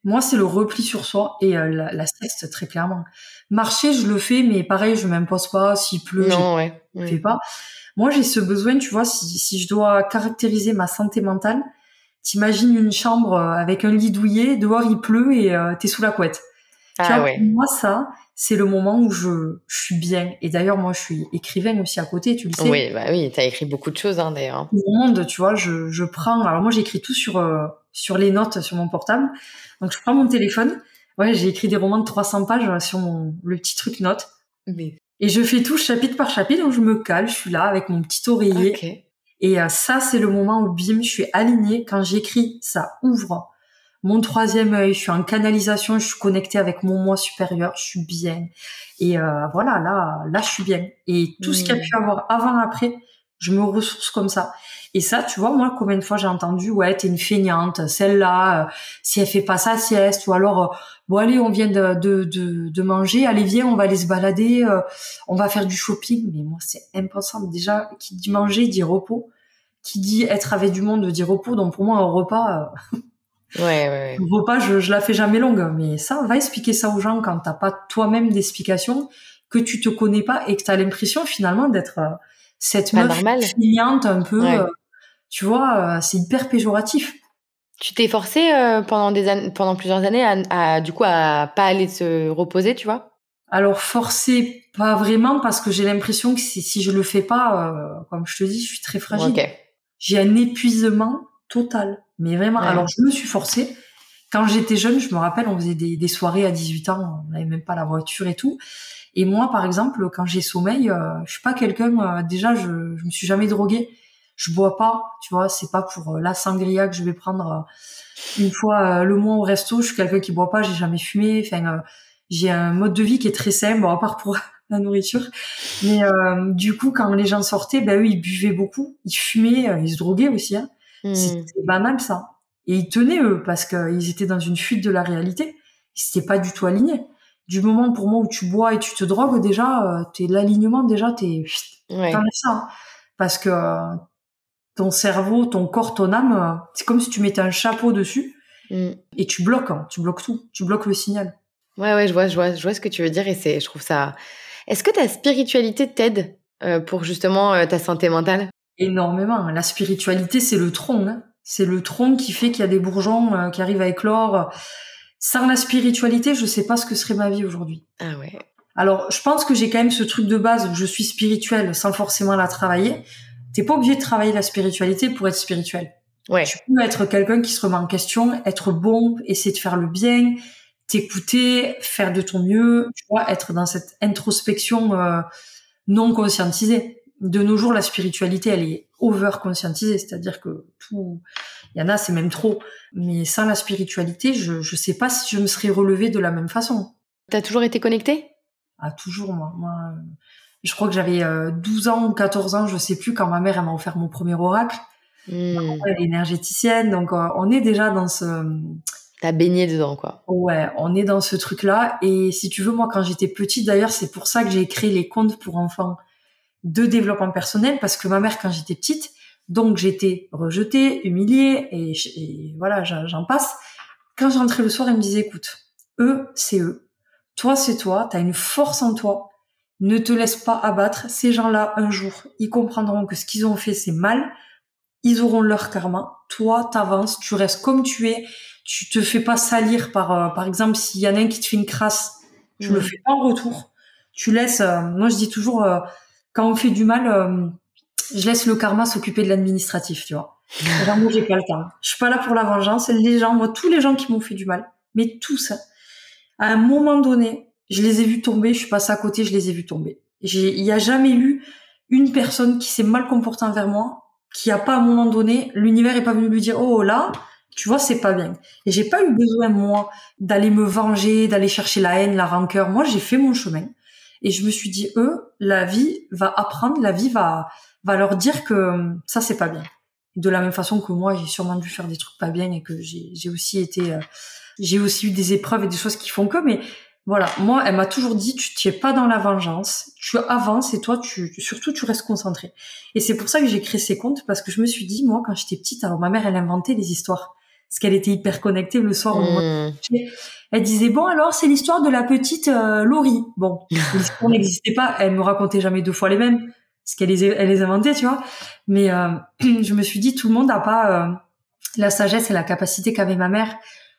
B: Moi, c'est le repli sur soi et euh, la, la sieste, très clairement. Marcher, je le fais, mais pareil, je m'impose pas. S'il pleut,
A: Non, ouais.
B: je le
A: Mm.
B: fais pas. Moi, j'ai ce besoin, tu vois, si, si je dois caractériser ma santé mentale, t'imagines une chambre euh, avec un lit douillet, dehors il pleut et euh, t'es sous la couette. Tu
A: Ah
B: vois, pour
A: ouais.
B: moi, ça, c'est le moment où je, je suis bien. Et d'ailleurs, moi, je suis écrivaine aussi à côté, tu le sais.
A: Oui, bah oui, t'as écrit beaucoup de choses, hein, d'ailleurs.
B: Tout le monde, tu vois, je, je prends... Alors moi, j'écris tout sur, euh, sur les notes sur mon portable. Donc, je prends mon téléphone. Ouais, j'ai écrit des romans de trois cents pages euh, sur mon, le petit truc note.
A: Mais...
B: Et je fais tout chapitre par chapitre. Donc, je me cale, je suis là avec mon petit oreiller.
A: Ok.
B: Et euh, ça, c'est le moment où, bim, je suis alignée. Quand j'écris, ça ouvre mon troisième œil, je suis en canalisation, je suis connectée avec mon moi supérieur, je suis bien. Et euh, voilà, là, là, je suis bien. Et tout mmh. ce qu'il y a pu avoir avant, après, je me ressource comme ça. Et ça, tu vois, moi, combien de fois j'ai entendu, ouais, t'es une feignante, celle-là, euh, si elle fait pas sa sieste, ou alors, euh, bon, allez, on vient de, de, de, de manger, allez, viens, on va aller se balader, euh, on va faire du shopping. Mais moi, c'est impensable. Déjà, qui dit manger, dit repos. Qui dit être avec du monde, dit repos. Donc, pour moi, un repas... Euh,
A: Ouais, ouais, ouais.
B: Le repas, je, je la fais jamais longue, mais ça, va expliquer ça aux gens quand t'as pas toi-même d'explication, que tu te connais pas et que t'as l'impression finalement d'être euh, cette
A: Pas
B: meuf
A: normal.
B: cliente un peu,
A: Ouais.
B: euh, tu vois, euh, c'est hyper péjoratif.
A: Tu t'es forcée euh, pendant des années, pendant plusieurs années à, à du coup à pas aller se reposer, tu vois?
B: Alors forcé, pas vraiment, parce que j'ai l'impression que si, si je le fais pas, euh, comme je te dis, je suis très fragile.
A: Ok.
B: J'ai un épuisement total, mais vraiment.
A: Ouais.
B: Alors je me suis forcée. Quand j'étais jeune, je me rappelle, on faisait des, des soirées à dix-huit ans, on n'avait même pas la voiture et tout. Et moi, par exemple, quand j'ai sommeil, euh, je suis pas quelqu'un. Euh, déjà, je, je me suis jamais droguée. Je bois pas, tu vois. C'est pas pour euh, la sangria que je vais prendre euh, une fois euh, le mois au resto. Je suis quelqu'un qui boit pas. J'ai jamais fumé. Enfin, euh, j'ai un mode de vie qui est très sain, bon, à part pour la nourriture. Mais euh, du coup, quand les gens sortaient, ben eux, ils buvaient beaucoup, ils fumaient, euh, ils se droguaient aussi. Hein.
A: Mmh.
B: C'était banal ça. Et ils tenaient, eux, parce qu'ils étaient dans une fuite de la réalité. Ils s'étaient pas du tout alignés. Du moment, pour moi, où tu bois et tu te drogues, déjà, euh, t'es l'alignement, déjà, t'es...
A: Ouais.
B: T'enlèves ça. Hein. Parce que euh, ton cerveau, ton corps, ton âme, euh, c'est comme si tu mettais un chapeau dessus
A: mmh.
B: et tu bloques. Hein. Tu bloques tout. Tu bloques le signal.
A: Ouais, ouais, je vois, je vois, je vois ce que tu veux dire et c'est, je trouve ça... Est-ce que ta spiritualité t'aide euh, pour justement euh, ta santé mentale?
B: Énormément. La spiritualité, c'est le tronc. Hein. C'est le tronc qui fait qu'il y a des bourgeons euh, qui arrivent à éclore. Sans la spiritualité, je sais pas ce que serait ma vie aujourd'hui.
A: Ah ouais.
B: Alors, je pense que j'ai quand même ce truc de base où je suis spirituelle sans forcément la travailler. T'es pas obligé de travailler la spiritualité pour être spirituel.
A: Ouais.
B: Tu peux être quelqu'un qui se remet en question, être bon, essayer de faire le bien, t'écouter, faire de ton mieux, tu vois, être dans cette introspection euh, non conscientisée. De nos jours, la spiritualité, elle est over conscientisée, c'est-à-dire que tout, il y en a, c'est même trop. Mais sans la spiritualité, je je sais pas si je me serais relevée de la même façon.
A: T'as toujours été connectée?
B: Ah, toujours, moi. moi euh, je crois que j'avais euh, douze ans ou quatorze ans, je sais plus, quand ma mère, elle m'a offert mon premier oracle.
A: Mmh.
B: Ma mère, elle est énergéticienne, donc euh, on est déjà dans ce...
A: T'as baigné dedans, quoi.
B: Ouais, on est dans ce truc-là. Et si tu veux, moi, quand j'étais petite, d'ailleurs, c'est pour ça que j'ai créé les contes pour enfants de développement personnel, parce que ma mère, quand j'étais petite, donc j'étais rejetée, humiliée, et, et voilà, j'en passe. Quand je rentrais le soir, elle me disait, écoute, eux, c'est eux. Toi, c'est toi. T'as une force en toi. Ne te laisse pas abattre. Ces gens-là, un jour, ils comprendront que ce qu'ils ont fait, c'est mal. Ils auront leur karma. Toi, t'avances, tu restes comme tu es. Tu te fais pas salir par, euh, par exemple, s'il y en a un qui te fait une crasse, tu mmh. le fais pas en retour. Tu laisses, euh, moi je dis toujours, euh, quand on fait du mal, euh, je laisse le karma s'occuper de l'administratif, tu vois. Alors moi, j'ai pas le temps. Je suis pas là pour la vengeance. Les gens, moi, tous les gens qui m'ont fait du mal, mais tous, à un moment donné, je les ai vus tomber, je suis passée à côté, je les ai vus tomber. Il y a jamais eu une personne qui s'est mal comportée envers moi, qui a pas à un moment donné, l'univers est pas venu lui dire, oh là, tu vois, c'est pas bien. Et j'ai pas eu besoin, moi, d'aller me venger, d'aller chercher la haine, la rancœur. Moi, j'ai fait mon chemin. Et je me suis dit, eux, la vie va apprendre, la vie va, va leur dire que ça, c'est pas bien. De la même façon que moi, j'ai sûrement dû faire des trucs pas bien et que j'ai, j'ai aussi été, euh, j'ai aussi eu des épreuves et des choses qui font que, mais voilà. Moi, elle m'a toujours dit, tu t'y es pas dans la vengeance, tu avances et toi, tu, surtout, tu restes concentré. Et c'est pour ça que j'ai créé ces contes, parce que je me suis dit, moi, quand j'étais petite, alors ma mère, elle inventait des histoires. parce qu'elle était hyper connectée le soir.
A: Mmh.
B: Elle disait bon alors c'est l'histoire de la petite euh, Laurie. Bon, l'histoire n'existait pas. Elle me racontait jamais deux fois les mêmes, parce qu'elle les elle les inventait, tu vois. Mais euh, je me suis dit tout le monde n'a pas euh, la sagesse et la capacité qu'avait ma mère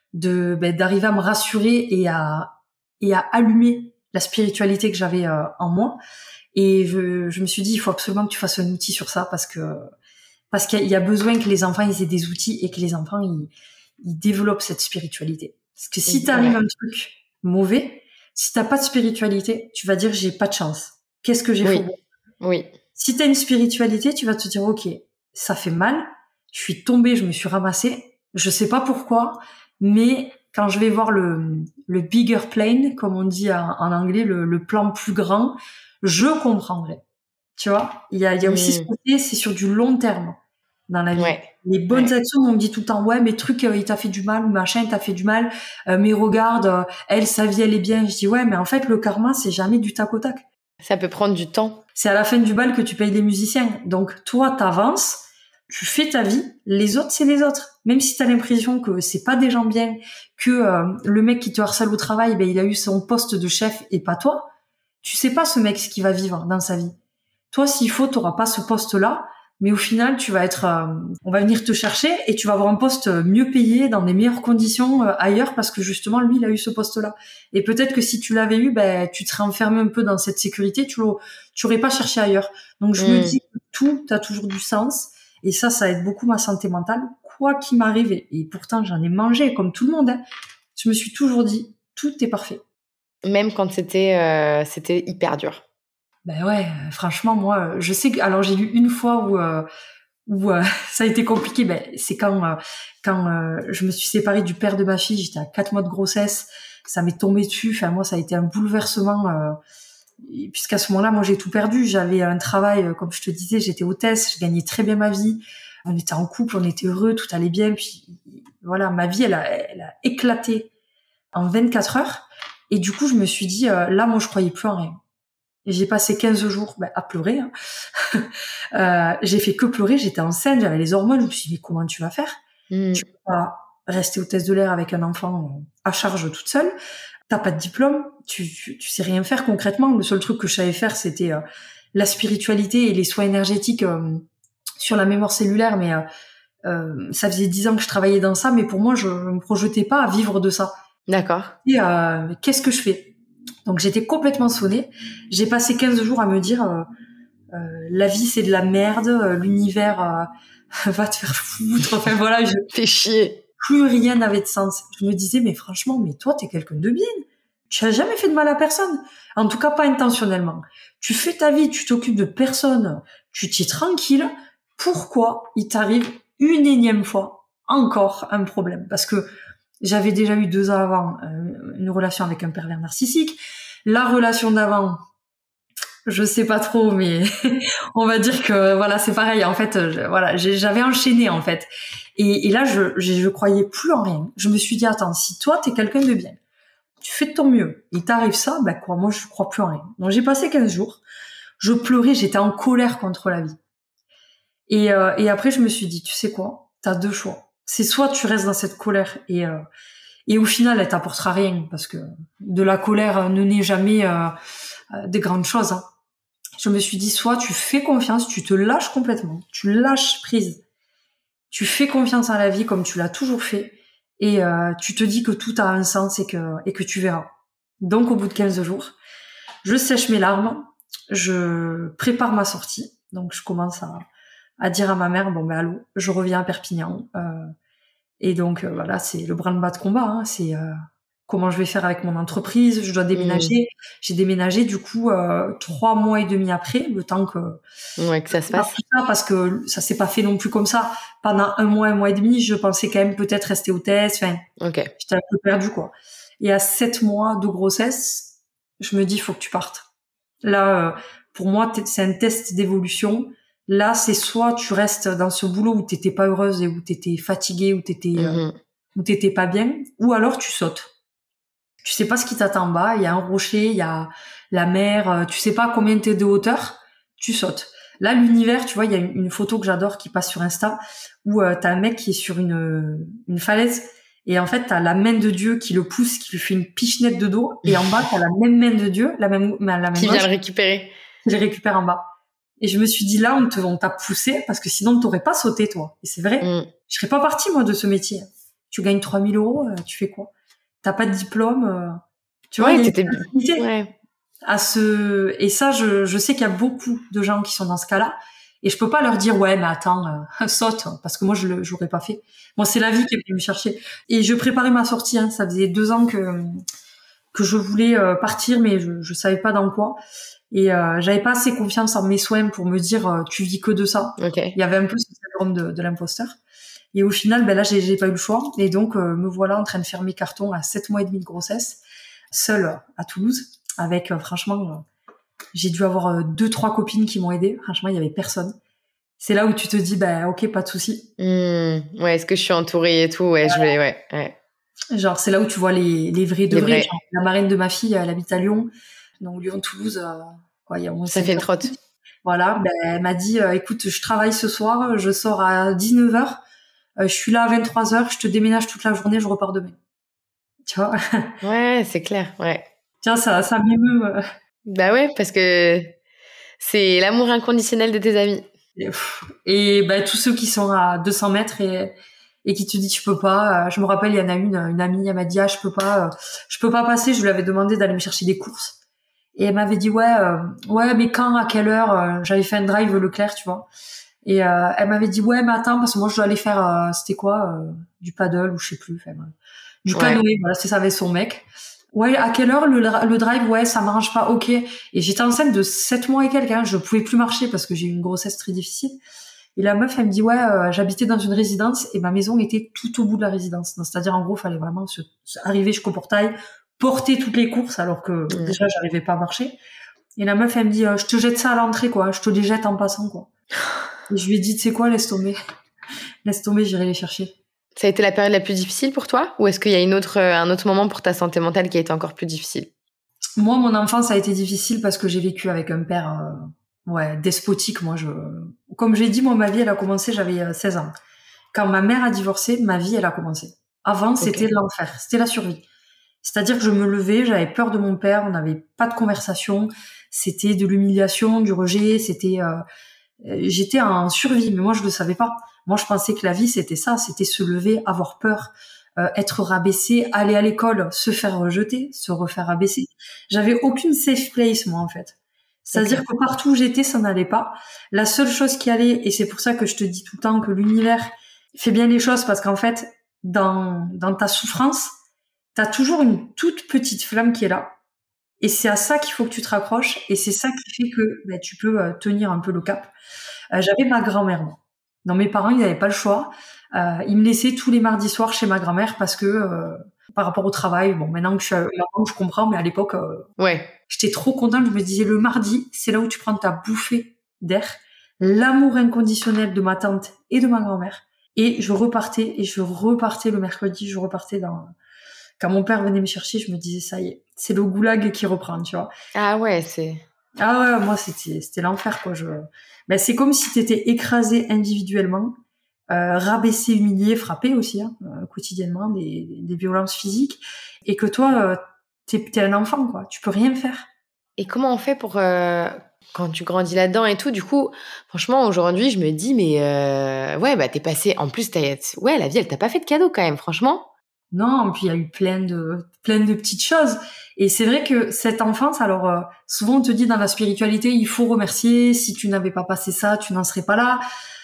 B: de ben, d'arriver à me rassurer et à et à allumer la spiritualité que j'avais euh, en moi. Et je, je me suis dit il faut absolument que tu fasses un outil sur ça, parce que parce qu'il y a besoin que les enfants ils aient des outils et que les enfants ils, ils développent cette spiritualité. Parce que si t'arrives un truc mauvais, si t'as pas de spiritualité, tu vas dire j'ai pas de chance. Qu'est-ce que j'ai
A: oui.
B: fait?
A: Oui.
B: Si t'as une spiritualité, tu vas te dire ok, ça fait mal, je suis tombée, je me suis ramassée, je sais pas pourquoi, mais quand je vais voir le le bigger plane, comme on dit en, en anglais, le, le plan plus grand, je comprendrai. Tu vois, il y a il y a aussi ce côté, c'est sur du long terme dans la vie.
A: Ouais.
B: Les bonnes
A: ouais.
B: actions, on me dit tout le temps ouais mais truc euh, il t'a fait du mal ou machin il t'a fait du mal, euh, mais regarde euh, elle sa vie elle est bien. Je dis ouais mais en fait le karma c'est jamais du tac au tac.
A: Ça peut prendre du temps.
B: C'est à la fin du bal que tu payes les musiciens. Donc toi t'avances, tu fais ta vie, les autres c'est les autres. Même si t'as l'impression que c'est pas des gens bien, que euh, le mec qui te harcèle au travail ben il a eu son poste de chef et pas toi, tu sais pas ce mec ce qu'il va vivre dans sa vie. Toi s'il faut t'auras pas ce poste là. Mais au final, tu vas être, euh, on va venir te chercher et tu vas avoir un poste mieux payé dans des meilleures conditions euh, ailleurs, parce que justement, lui, il a eu ce poste-là. Et peut-être que si tu l'avais eu, ben, tu te serais enfermé un peu dans cette sécurité, tu tu aurais pas cherché ailleurs. Donc, je mmh. me dis que tout a toujours du sens. Et ça, ça aide beaucoup ma santé mentale, quoi qu'il m'arrive. Et pourtant, j'en ai mangé comme tout le monde. Hein. Je me suis toujours dit, tout est parfait.
A: Même quand c'était, euh, c'était hyper dur.
B: Ben ouais, franchement, moi, je sais que, alors j'ai lu une fois où, euh, où euh, ça a été compliqué, ben, c'est quand, euh, quand euh, je me suis séparée du père de ma fille, j'étais à quatre mois de grossesse, ça m'est tombé dessus, enfin, moi, ça a été un bouleversement, euh, puisqu'à ce moment-là, moi, j'ai tout perdu, j'avais un travail, euh, comme je te disais, j'étais hôtesse, je gagnais très bien ma vie, on était en couple, on était heureux, tout allait bien, puis voilà, ma vie, elle a, elle a éclaté en vingt-quatre heures, et du coup, je me suis dit, euh, là, moi, je croyais plus en rien. Et j'ai passé quinze jours ben, à pleurer. Hein. euh, j'ai fait que pleurer, j'étais enceinte, j'avais les hormones. Je me suis dit, mais comment tu vas faire mmh. Tu peux pas rester hôtesse de l'air avec un enfant à charge toute seule. T'as pas de diplôme, tu, tu, tu sais rien faire concrètement. Le seul truc que je savais faire, c'était euh, la spiritualité et les soins énergétiques euh, sur la mémoire cellulaire. Mais euh, euh, ça faisait dix ans que je travaillais dans ça, mais pour moi, je, je me projetais pas à vivre de ça.
A: D'accord.
B: Et euh, qu'est-ce que je fais ? Donc j'étais complètement sonnée. J'ai passé quinze jours à me dire euh, euh, la vie c'est de la merde, euh, l'univers euh, va te faire foutre. Enfin voilà, je
A: fais chier.
B: Plus rien n'avait de sens. Je me disais mais franchement, mais toi t'es quelqu'un de bien. Tu as jamais fait de mal à personne. En tout cas pas intentionnellement. Tu fais ta vie, tu t'occupes de personne, tu t'y es tranquille. Pourquoi il t'arrive une énième fois encore un problème ? Parce que j'avais déjà eu deux ans avant euh, une relation avec un pervers narcissique. La relation d'avant, je sais pas trop, mais on va dire que voilà, c'est pareil. En fait, je, voilà, j'avais enchaîné en fait. Et, et là, je, je, je croyais plus en rien. Je me suis dit, attends, si toi t'es quelqu'un de bien, tu fais de ton mieux, il t'arrive ça, ben quoi, moi je crois plus en rien. Donc j'ai passé quinze jours, je pleurais, j'étais en colère contre la vie. Et, euh, et après, je me suis dit, tu sais quoi, t'as deux choix. C'est soit tu restes dans cette colère et euh, et au final elle t'apportera rien, parce que de la colère ne naît jamais euh, euh, des grandes choses. Hein. Je me suis dit soit tu fais confiance, tu te lâches complètement, tu lâches prise, tu fais confiance en la vie comme tu l'as toujours fait et euh, tu te dis que tout a un sens et que et que tu verras. Donc au bout de quinze jours, je sèche mes larmes, je prépare ma sortie, donc je commence à à dire à ma mère, bon ben allô, je reviens à Perpignan. Euh, et donc euh, voilà, c'est le branle-bas de combat. Hein, c'est euh, comment je vais faire avec mon entreprise. Je dois déménager. Mmh. J'ai déménagé du coup euh, trois mois et demi après, le temps que
A: ouais que ça se passe.
B: Ça, parce que ça s'est pas fait non plus comme ça. Pendant un mois, un mois et demi, je pensais quand même peut-être rester hôtesse. Enfin,
A: okay.
B: J'étais un peu perdue quoi. Et à sept mois de grossesse, je me dis faut que tu partes. Là, euh, pour moi, c'est un test d'évolution. Là, c'est soit tu restes dans ce boulot où t'étais pas heureuse et où t'étais fatiguée, où t'étais, mmh. euh, où t'étais pas bien, ou alors tu sautes. Tu sais pas ce qui t'attend en bas, il y a un rocher, il y a la mer, tu sais pas combien t'es de hauteur, tu sautes. Là, l'univers, tu vois, il y a une, une photo que j'adore qui passe sur Insta où euh, t'as un mec qui est sur une, une falaise et en fait, t'as la main de Dieu qui le pousse, qui lui fait une pichenette de dos et en bas, t'as la même main de Dieu, la même, la même
A: Qui vient
B: gauche,
A: le récupérer.
B: qui le récupère en bas. Et je me suis dit, là, on, te, on t'a poussé parce que sinon, t'aurais pas sauté, toi. Et c'est vrai. Mm. Je serais pas partie, moi, de ce métier. Tu gagnes trois mille euros, euh, tu fais quoi? T'as pas de diplôme. Euh, tu vois,
A: ouais,
B: il y a
A: t'étais...
B: une ouais. à ce... Et ça, je, je sais qu'il y a beaucoup de gens qui sont dans ce cas-là. Et je peux pas leur dire, ouais, mais attends, euh, saute. Parce que moi, je l'aurais pas fait. Moi, c'est la vie qui est venue me chercher. Et je préparais ma sortie. Hein. Ça faisait deux ans que, que je voulais euh, partir, mais je, je savais pas dans quoi. Et euh, j'avais pas assez confiance en mes soins pour me dire euh, tu vis que de ça.
A: Okay.
B: Il y avait un peu ce syndrome de, de l'imposteur. Et au final, ben là, j'ai, j'ai pas eu le choix. Et donc, euh, me voilà en train de faire mes cartons à sept mois et demi de grossesse, seule à Toulouse, avec euh, franchement, euh, j'ai dû avoir euh, deux, trois copines qui m'ont aidée. Franchement, il y avait personne. C'est là où tu te dis, ben ok, pas de souci.
A: Mmh, ouais, est-ce que je suis entourée et tout? Ouais, ouais. je vais, ouais, ouais.
B: Genre, c'est là où tu vois les, les vrais de les vrais. vrais. Genre, la marraine de ma fille, elle habite à Lyon. Donc, Lyon-Toulouse, euh, ouais, il y a au moins
A: ça fait une trotte.
B: Voilà, ben, elle m'a dit, euh, écoute, je travaille ce soir, je sors à dix-neuf heures, euh, je suis là à vingt-trois heures, je te déménage toute la journée, je repars demain. Tu vois?
A: Ouais, c'est clair, ouais.
B: Tiens, ça, ça m'émeut. Euh.
A: Bah ouais, parce que c'est l'amour inconditionnel de tes amis.
B: Et, et ben, tous ceux qui sont à deux cents mètres et, et qui te disent, tu peux pas. Euh, je me rappelle, il y en a une, une amie, elle m'a dit, ah, je peux pas, euh, je peux pas passer, je lui avais demandé d'aller me chercher des courses. Et elle m'avait dit, ouais, euh, ouais, mais quand, à quelle heure? euh, J'avais fait un drive Leclerc, tu vois. Et euh, elle m'avait dit, ouais, mais attends, parce que moi, je dois aller faire, euh, c'était quoi, euh, du paddle ou je sais plus, enfin, du ouais. canoë, voilà, c'est ça avec son mec. Ouais, à quelle heure le, le drive? Ouais, ça m'arrange pas, ok. Et j'étais enceinte de sept mois et quelques, hein, je pouvais plus marcher parce que j'ai eu une grossesse très difficile. Et la meuf, elle me dit, ouais, euh, j'habitais dans une résidence et ma maison était tout au bout de la résidence. Donc, c'est-à-dire, en gros, fallait vraiment se, arriver jusqu'au portail, porter toutes les courses alors que mmh. déjà, j'arrivais pas à marcher. Et la meuf, elle me dit, euh, je te jette ça à l'entrée, quoi. Je te les jette en passant, quoi. Et je lui ai dit, tu sais quoi, laisse tomber. Laisse tomber, j'irai les chercher.
A: Ça a été la période la plus difficile pour toi? Ou est-ce qu'il y a une autre, un autre moment pour ta santé mentale qui a été encore plus difficile?
B: Moi, mon enfance a été difficile parce que j'ai vécu avec un père euh, ouais, despotique. Moi, je, comme j'ai dit, moi, ma vie, elle a commencé, j'avais seize ans. Quand ma mère a divorcé, ma vie, elle a commencé. Avant, okay. C'était l'enfer. C'était la survie. C'est-à-dire que je me levais, j'avais peur de mon père, on n'avait pas de conversation. C'était de l'humiliation, du rejet, c'était... Euh, j'étais en survie, mais moi je le savais pas. Moi je pensais que la vie c'était ça, c'était se lever, avoir peur, euh, être rabaissé, aller à l'école, se faire rejeter, se refaire rabaisser. J'avais aucune safe place moi en fait. C'est-à-dire okay. que partout où j'étais ça n'allait pas. La seule chose qui allait, et c'est pour ça que je te dis tout le temps que l'univers fait bien les choses, parce qu'en fait dans dans ta souffrance, t'as toujours une toute petite flamme qui est là. Et c'est à ça qu'il faut que tu te raccroches, et c'est ça qui fait que bah, tu peux euh, tenir un peu le cap. Euh, j'avais ma grand-mère, moi. Non, mes parents, ils n'avaient pas le choix. Euh, ils me laissaient tous les mardis soirs chez ma grand-mère parce que euh, par rapport au travail, bon, maintenant que je suis à, je comprends, mais à l'époque, euh,
A: ouais.
B: J'étais trop contente. Je me disais, le mardi, c'est là où tu prends ta bouffée d'air, l'amour inconditionnel de ma tante et de ma grand-mère. Et je repartais, et je repartais le mercredi, je repartais dans... Quand mon père venait me chercher, je me disais, ça y est, c'est le goulag qui reprend, tu vois.
A: Ah ouais, c'est...
B: Ah ouais, moi, c'était, c'était l'enfer, quoi. Je... Ben, c'est comme si t'étais écrasé individuellement, euh, rabaissé, humilié, frappé aussi, hein, euh, quotidiennement, des, des violences physiques, et que toi, euh, t'es, t'es un enfant, quoi. Tu peux rien faire.
A: Et comment on fait pour... Euh... Quand tu grandis là-dedans et tout, du coup, franchement, aujourd'hui, je me dis, mais euh, ouais, bah t'es passé... En plus, t'as... ouais, la vie, elle t'a pas fait de cadeau quand même, franchement.
B: Non, puis il y a eu plein de plein de petites choses. Et c'est vrai que cette enfance, alors euh, souvent on te dit dans la spiritualité, il faut remercier, si tu n'avais pas passé ça, tu n'en serais pas là.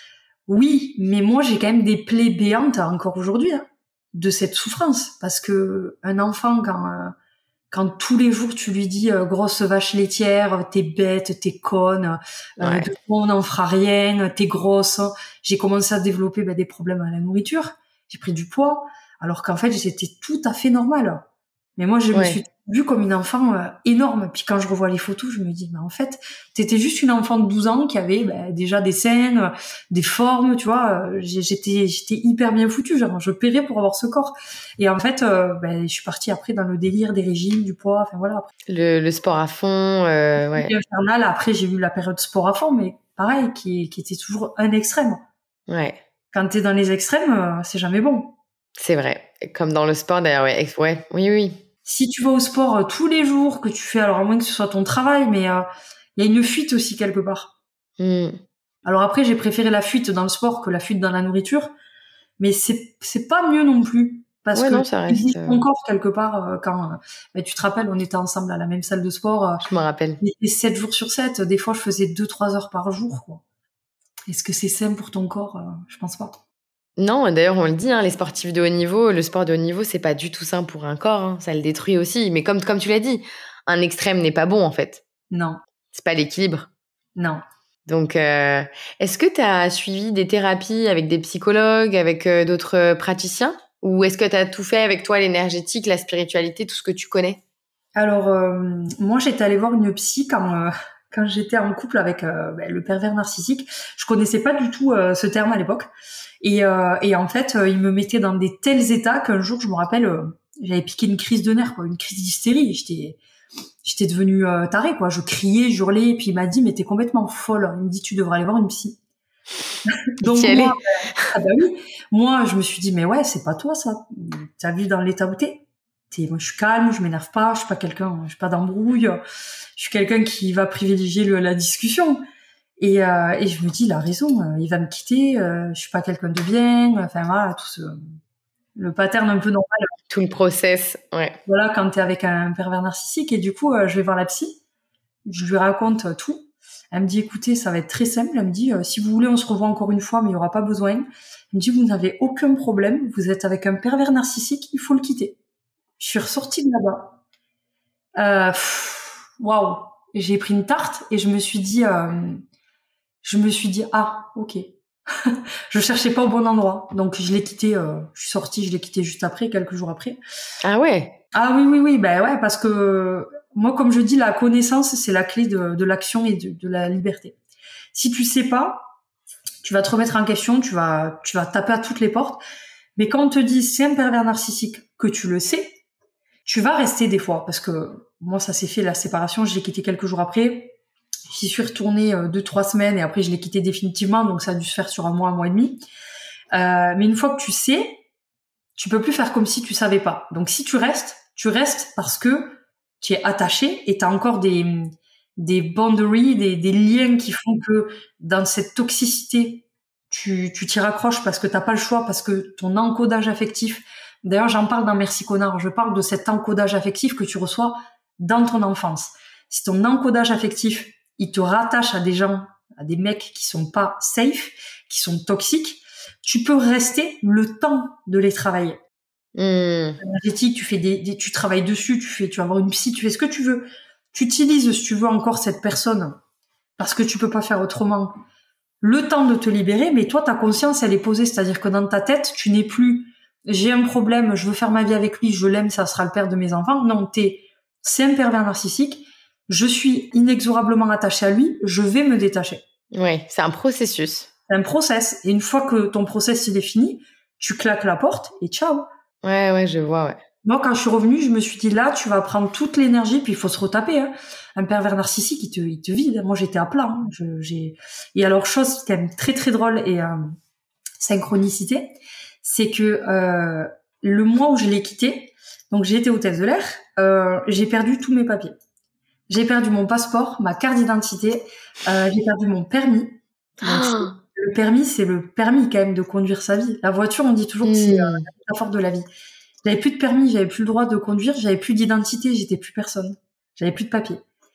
B: Oui, mais moi j'ai quand même des plaies béantes encore aujourd'hui hein, de cette souffrance. Parce que un enfant, quand euh, quand tous les jours tu lui dis euh, grosse vache laitière, t'es bête, t'es conne, euh, ouais. de toi on n'en fera rien, t'es grosse. J'ai commencé à développer ben, des problèmes à la nourriture, j'ai pris du poids. Alors qu'en fait, j'étais tout à fait normale. Mais moi, je ouais. me suis vue comme une enfant euh, énorme. Puis quand je revois les photos, je me dis, mais en fait, t'étais juste une enfant de douze ans qui avait bah, déjà des scènes, euh, des formes, tu vois. Euh, j'étais, j'étais hyper bien foutue. Genre, je paierais pour avoir ce corps. Et en fait, euh, bah, je suis partie après dans le délire des régimes, du poids. Enfin voilà. Après.
A: Le, le sport à fond, euh, ouais.
B: C'était infernal. Après, j'ai eu la période sport à fond, mais pareil, qui, qui était toujours un extrême.
A: Ouais.
B: Quand t'es dans les extrêmes, euh, c'est jamais bon.
A: C'est vrai. Comme dans le sport, d'ailleurs, ouais. ouais. Oui, oui.
B: Si tu vas au sport euh, tous les jours, que tu fais, alors à moins que ce soit ton travail, mais il euh, y a une fuite aussi quelque part.
A: Mm.
B: Alors après, j'ai préféré la fuite dans le sport que la fuite dans la nourriture, mais c'est c'est pas mieux non plus. Parce
A: ouais,
B: que
A: non, ça reste...
B: tu ton corps quelque part euh, quand euh, bah, tu te rappelles, on était ensemble à la même salle de sport. Euh,
A: Je me rappelle.
B: Et sept jours sur sept, des fois je faisais deux trois heures par jour. Quoi. Est-ce que c'est sain pour ton corps? euh, Je pense pas.
A: Non, d'ailleurs on le dit, hein, les sportifs de haut niveau, le sport de haut niveau, c'est pas du tout sain pour un corps. Hein, ça le détruit aussi. Mais comme comme tu l'as dit, un extrême n'est pas bon en fait.
B: Non.
A: C'est pas l'équilibre.
B: Non.
A: Donc, euh, est-ce que tu as suivi des thérapies avec des psychologues, avec euh, d'autres praticiens? Ou est-ce que tu as tout fait avec toi, l'énergétique, la spiritualité, tout ce que tu connais?
B: Alors, euh, moi, j'étais allée voir une psy quand, euh, quand j'étais en couple avec euh, ben, le pervers narcissique. Je connaissais pas du tout euh, ce terme à l'époque. Et, euh, et en fait, euh, il me mettait dans des tels états qu'un jour, je me rappelle, euh, j'avais piqué une crise de nerfs, quoi, une crise d'hystérie. J'étais... J'étais devenue euh, tarée, quoi. Je criais, j'hurlais, et puis il m'a dit, mais t'es complètement folle. Il me dit, tu devrais aller voir une psy. Donc moi, ben, ah bah oui, moi, je me suis dit, mais ouais, c'est pas toi, ça. T'as vu dans l'état où t'es. T'es, moi, je suis calme, je m'énerve pas, je suis pas quelqu'un, je suis pas d'embrouille. Je suis quelqu'un qui va privilégier le, la discussion. Et, euh, et je me dis, il a raison, euh, il va me quitter, euh, je suis pas quelqu'un de bien. Enfin voilà, tout ce, le pattern un peu normal.
A: Tout le process, ouais.
B: Voilà, quand t'es avec un pervers narcissique. Et du coup, euh, je vais voir la psy. Je lui raconte euh, tout. Elle me dit, écoutez, ça va être très simple. Elle me dit, euh, si vous voulez, on se revoit encore une fois, mais il y aura pas besoin. Elle me dit, vous n'avez aucun problème. Vous êtes avec un pervers narcissique, il faut le quitter. Je suis ressortie de là-bas. Euh, waouh. J'ai pris une tarte et je me suis dit, euh, je me suis dit, ah, ok. Je cherchais pas au bon endroit. Donc, je l'ai quitté, euh, je suis sortie, je l'ai quitté juste après, quelques jours après.
A: Ah ouais?
B: Ah oui, oui, oui, ben ouais, parce que moi, comme je dis, la connaissance, c'est la clé de, de l'action et de, de la liberté. Si tu sais pas, tu vas te remettre en question, tu vas, tu vas taper à toutes les portes. Mais quand on te dit c'est un pervers narcissique, que tu le sais, tu vas rester des fois. Parce que moi, ça s'est fait, la séparation, je l'ai quitté quelques jours après. J'y suis retournée euh, deux, trois semaines et après, je l'ai quitté définitivement. Donc, ça a dû se faire sur un mois, un mois et demi. Euh, mais une fois que tu sais, tu peux plus faire comme si tu savais pas. Donc, si tu restes, tu restes parce que tu es attaché et tu as encore des, des boundaries, des, des liens qui font que dans cette toxicité, tu, tu t'y raccroches parce que t'as pas le choix, parce que ton encodage affectif, d'ailleurs, j'en parle dans Merci Connard, je parle de cet encodage affectif que tu reçois dans ton enfance. Si ton encodage affectif, il te rattache à des gens, à des mecs qui sont pas safe, qui sont toxiques, tu peux rester le temps de les travailler.
A: Mmh.
B: Énergétique, tu fais des, des, tu travailles dessus, tu fais, tu vas avoir une psy, tu fais ce que tu veux. Tu utilises, si tu veux, encore cette personne parce que tu peux pas faire autrement. Le temps de te libérer, mais toi, ta conscience, elle est posée, c'est-à-dire que dans ta tête, tu n'es plus, j'ai un problème, je veux faire ma vie avec lui, je l'aime, ça sera le père de mes enfants. Non, t'es, c'est un pervers narcissique. Je suis inexorablement attachée à lui, je vais me détacher.
A: Ouais, c'est un processus.
B: C'est un process. Et une fois que ton process, il est fini, tu claques la porte et ciao.
A: Ouais, ouais, je vois, ouais.
B: Moi, quand je suis revenue, je me suis dit, là, tu vas prendre toute l'énergie, puis il faut se retaper. Hein. Un pervers narcissique, il te, il te vide. Moi, j'étais à plat. Hein. Je, j'ai... Et alors, chose quand même très, très drôle et euh, synchronicité, c'est que euh, le mois où je l'ai quitté, donc j'ai été hôtesse de l'air, euh, j'ai perdu tous mes papiers. J'ai perdu mon passeport, ma carte d'identité, euh, j'ai perdu mon permis. Donc, oh. Le permis, c'est le permis quand même de conduire sa vie. La voiture, on dit toujours que c'est euh, la métaphore de la vie. J'avais plus de permis, j'avais plus le droit de conduire, j'avais plus d'identité, j'étais plus personne. J'avais plus de papier.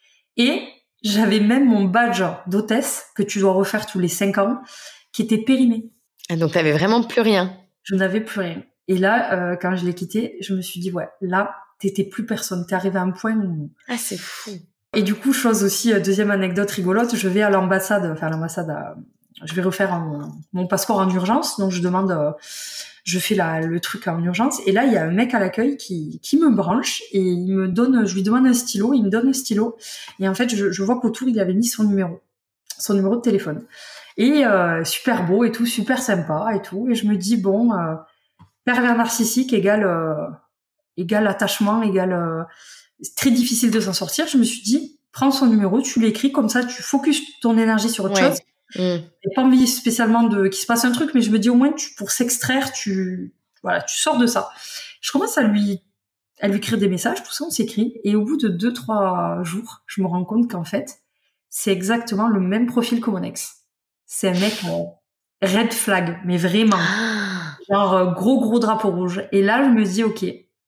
B: Et j'avais même mon badge d'hôtesse, que tu dois refaire tous les cinq ans, qui était périmé.
A: Ah, donc t'avais vraiment plus rien.
B: Je n'avais plus rien. Et là, euh, quand je l'ai quitté, je me suis dit, ouais, là, t'étais plus personne. T'es arrivé à un point où...
A: Ah, c'est fou.
B: Et du coup, chose aussi, deuxième anecdote rigolote, je vais à l'ambassade, enfin à l'ambassade, à... je vais refaire un, mon passeport en urgence, donc je demande... Euh, je fais la, le truc en urgence, et là, il y a un mec à l'accueil qui, qui me branche, et il me donne, je lui demande un stylo, il me donne un stylo, et en fait, je, je vois qu'autour, il avait mis son numéro, son numéro de téléphone. Et euh, super beau et tout, super sympa et tout, et je me dis, bon, euh, pervers narcissique égale, euh, égale attachement, égale... Euh, c'est très difficile de s'en sortir. Je me suis dit, prends son numéro, tu l'écris, comme ça, tu focuses ton énergie sur autre ouais. chose, Mmh. J'ai pas envie spécialement de qu'il se passe un truc, mais je me dis au moins tu, pour s'extraire, tu voilà, tu sors de ça. Je commence à lui à lui écrire des messages, tout ça, on s'écrit, et au bout de deux trois jours, je me rends compte qu'en fait, c'est exactement le même profil que mon ex. C'est un mec euh, red flag, mais vraiment, genre euh, gros gros drapeau rouge. Et là, je me dis ok,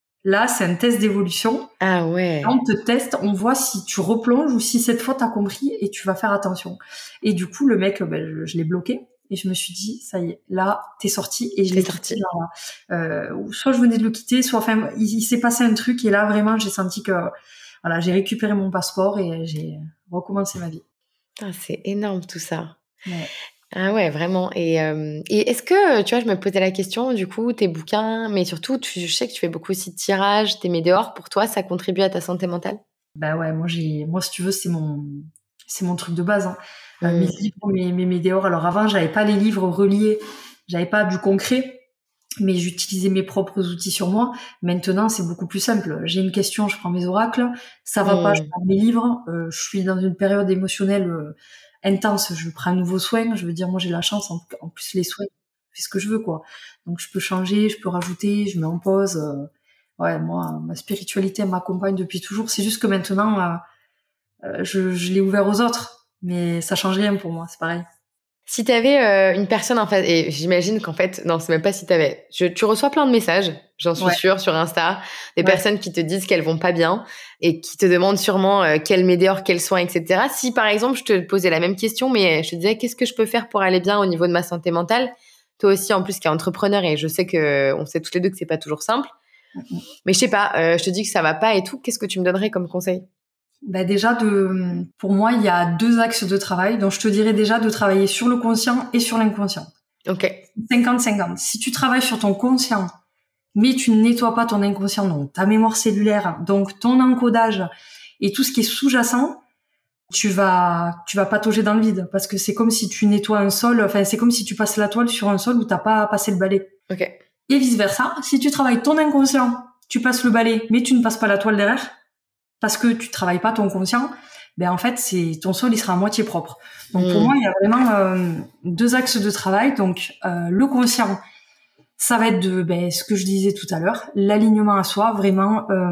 B: là c'est un test d'évolution.
A: Ah ouais.
B: Là, on te teste, on voit si tu replonges ou si cette fois t'as compris et tu vas faire attention. Et du coup, le mec, ben, je, je l'ai bloqué. Et je me suis dit, ça y est, là, t'es sorti. Et je l'ai sorti. Genre, euh, soit je venais de le quitter, soit enfin, il, il s'est passé un truc. Et là, vraiment, j'ai senti que, voilà, j'ai récupéré mon passeport et j'ai recommencé ma vie.
A: Ah, c'est énorme tout ça.
B: Ouais.
A: Ah ouais, vraiment. Et, euh, et est-ce que, tu vois, je me posais la question, du coup, tes bouquins, mais surtout, tu, je sais que tu fais beaucoup aussi de tirages, tes météores, pour toi, ça contribue à ta santé mentale?
B: Bah ouais, moi, j'ai, moi, si tu veux, c'est mon, c'est mon truc de base, hein.
A: Mmh.
B: Euh, mes livres, mes, mes météores. Alors avant, j'avais pas les livres reliés, j'avais pas du concret, mais j'utilisais mes propres outils sur moi. Maintenant, c'est beaucoup plus simple. J'ai une question, je prends mes oracles. Ça va mmh. pas, je prends mes livres. Euh, je suis dans une période émotionnelle euh, intense, je prends un nouveau soin. Je veux dire, moi, j'ai la chance. En, en plus, les soins, je fais ce que je veux, quoi. Donc, je peux changer, je peux rajouter, je mets en pause. Euh, ouais, moi, ma spiritualité, elle m'accompagne depuis toujours. C'est juste que maintenant, euh, euh, je, je l'ai ouvert aux autres. Mais ça change rien pour moi, c'est pareil.
A: Si t'avais euh, une personne en face, et j'imagine qu'en fait, non, c'est même pas si t'avais, je, tu reçois plein de messages, j'en suis ouais. sûre, sur Insta, des ouais. personnes qui te disent qu'elles vont pas bien et qui te demandent sûrement euh, quel météore, quels soins, et cetera. Si par exemple, je te posais la même question, mais je te disais qu'est-ce que je peux faire pour aller bien au niveau de ma santé mentale, toi aussi en plus qui es entrepreneur et je sais que on sait toutes les deux que c'est pas toujours simple, mm-hmm. mais je sais pas, euh, je te dis que ça va pas et tout, qu'est-ce que tu me donnerais comme conseil?
B: Bah déjà, de, pour moi, il y a deux axes de travail. Donc, je te dirais déjà de travailler sur le conscient et sur l'inconscient.
A: Ok.
B: cinquante cinquante. Si tu travailles sur ton conscient, mais tu ne nettoies pas ton inconscient, donc ta mémoire cellulaire, donc ton encodage et tout ce qui est sous-jacent, tu vas, tu vas patauger dans le vide. Parce que c'est comme si tu nettoies un sol, enfin, c'est comme si tu passes la toile sur un sol où t'as pas passé le balai.
A: Ok.
B: Et vice versa. Si tu travailles ton inconscient, tu passes le balai, mais tu ne passes pas la toile derrière, parce que tu travailles pas ton conscient, ben en fait c'est ton sol il sera à moitié propre. Donc mmh. pour moi il y a vraiment euh, deux axes de travail. Donc euh, le conscient, ça va être de ben ce que je disais tout à l'heure, l'alignement à soi, vraiment euh,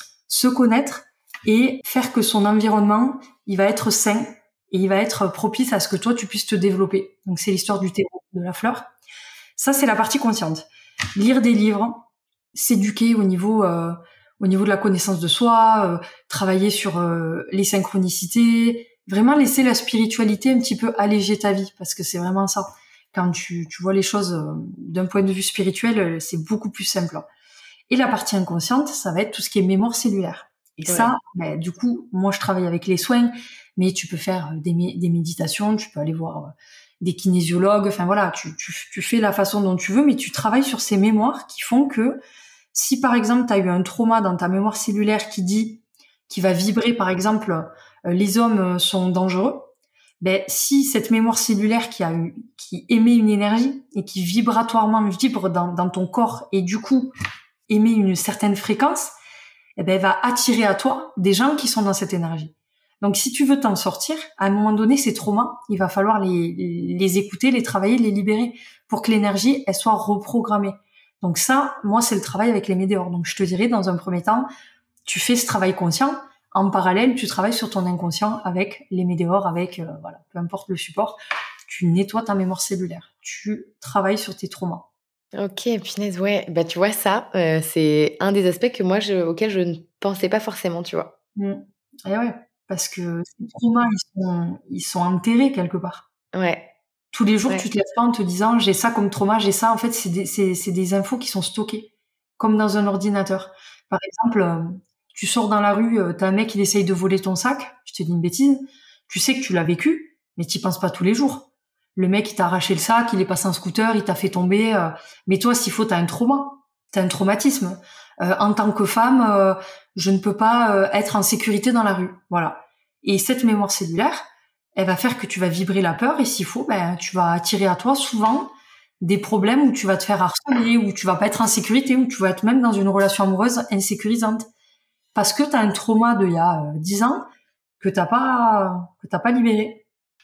B: se connaître et faire que son environnement il va être sain et il va être propice à ce que toi tu puisses te développer. Donc c'est l'histoire du terreau, de la fleur. Ça c'est la partie consciente. Lire des livres, s'éduquer au niveau euh, au niveau de la connaissance de soi, euh, travailler sur euh, les synchronicités, vraiment laisser la spiritualité un petit peu alléger ta vie, parce que c'est vraiment ça. Quand tu, tu vois les choses euh, d'un point de vue spirituel, c'est beaucoup plus simple. Et la partie inconsciente, ça va être tout ce qui est mémoire cellulaire. Et ouais. ça, ben, du coup, moi je travaille avec les soins, mais tu peux faire des, mé- des méditations, tu peux aller voir euh, des kinésiologues, enfin voilà, tu, tu, tu fais la façon dont tu veux, mais tu travailles sur ces mémoires qui font que si par exemple tu as eu un trauma dans ta mémoire cellulaire qui dit, qui va vibrer par exemple, euh, les hommes sont dangereux, ben si cette mémoire cellulaire qui a eu, qui émet une énergie et qui vibratoirement vibre dans, dans ton corps et du coup émet une certaine fréquence, eh ben elle va attirer à toi des gens qui sont dans cette énergie. Donc si tu veux t'en sortir, à un moment donné ces traumas, il va falloir les, les écouter, les travailler, les libérer pour que l'énergie elle soit reprogrammée. Donc ça, moi, c'est le travail avec les météores. Donc je te dirais, dans un premier temps, tu fais ce travail conscient. En parallèle, tu travailles sur ton inconscient avec les météores, avec, euh, voilà, peu importe le support. Tu nettoies ta mémoire cellulaire. Tu travailles sur tes traumas.
A: Ok, punaise, ouais. Bah, tu vois, ça, euh, c'est un des aspects que moi, je, auquel je ne pensais pas forcément, tu vois.
B: Mmh. Et ouais, parce que ces traumas, ils sont, ils sont enterrés quelque part.
A: Ouais.
B: Tous les jours,
A: ouais.
B: tu te lèves pas en te disant j'ai ça comme trauma, j'ai ça. En fait, c'est des, c'est, c'est des infos qui sont stockées, comme dans un ordinateur. Par exemple, euh, tu sors dans la rue, euh, t'as un mec qui essaye de voler ton sac, je te dis une bêtise, tu sais que tu l'as vécu, mais t'y penses pas tous les jours. Le mec, il t'a arraché le sac, il est passé en scooter, il t'a fait tomber. Euh, mais toi, s'il faut, t'as un trauma, t'as un traumatisme. Euh, en tant que femme, euh, je ne peux pas euh, être en sécurité dans la rue. Voilà. Et cette mémoire cellulaire, elle va faire que tu vas vibrer la peur et s'il faut, ben, tu vas attirer à toi souvent des problèmes où tu vas te faire harceler, où tu vas pas être en sécurité, où tu vas être même dans une relation amoureuse insécurisante. Parce que tu as un trauma d'il y a dix ans que t'as pas, que t'as pas libéré.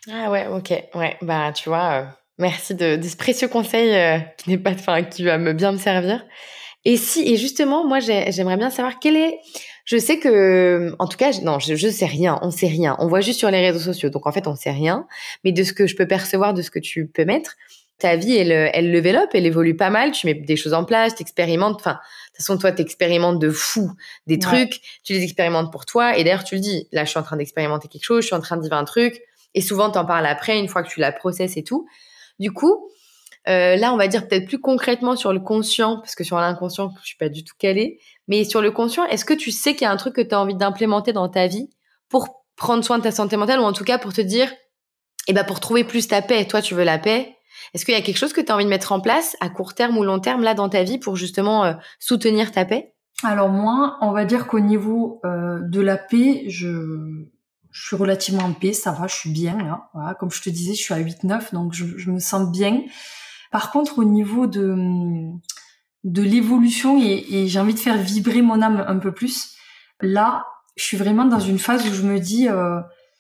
A: Ah ouais, ok. Ouais, bah tu vois, euh, merci de, de ce précieux conseil euh, qui n'est pas, enfin, qui va me bien me servir. Et si, et justement, moi, j'ai- j'aimerais bien savoir quel est. Je sais que, en tout cas, je- non, je, je sais rien. On sait rien. On voit juste sur les réseaux sociaux. Donc en fait, on sait rien. Mais de ce que je peux percevoir, de ce que tu peux mettre, ta vie, elle, elle level up, elle évolue pas mal. Tu mets des choses en place, t'expérimentes. Enfin, de toute façon, toi, t'expérimentes de fou des
B: Ouais.
A: trucs. Tu les expérimentes pour toi. Et d'ailleurs, tu le dis. Là, je suis en train d'expérimenter quelque chose. Je suis en train de vivre un truc. Et souvent, t'en parles après, une fois que tu la processes et tout. Du coup. Euh, là, on va dire peut-être plus concrètement sur le conscient, parce que sur l'inconscient, je suis pas du tout calée. Mais sur le conscient, est-ce que tu sais qu'il y a un truc que tu as envie d'implémenter dans ta vie pour prendre soin de ta santé mentale ou en tout cas pour te dire, eh ben pour trouver plus ta paix, toi tu veux la paix. Est-ce qu'il y a quelque chose que tu as envie de mettre en place à court terme ou long terme là dans ta vie pour justement euh, soutenir ta paix?
B: Alors moi, on va dire qu'au niveau euh, de la paix, je, je suis relativement en paix, ça va, je suis bien là. Voilà, comme je te disais, je suis à huit neuf, donc je, je me sens bien. Par contre, au niveau de, de l'évolution et, et j'ai envie de faire vibrer mon âme un peu plus, là, je suis vraiment dans une phase où je me dis euh,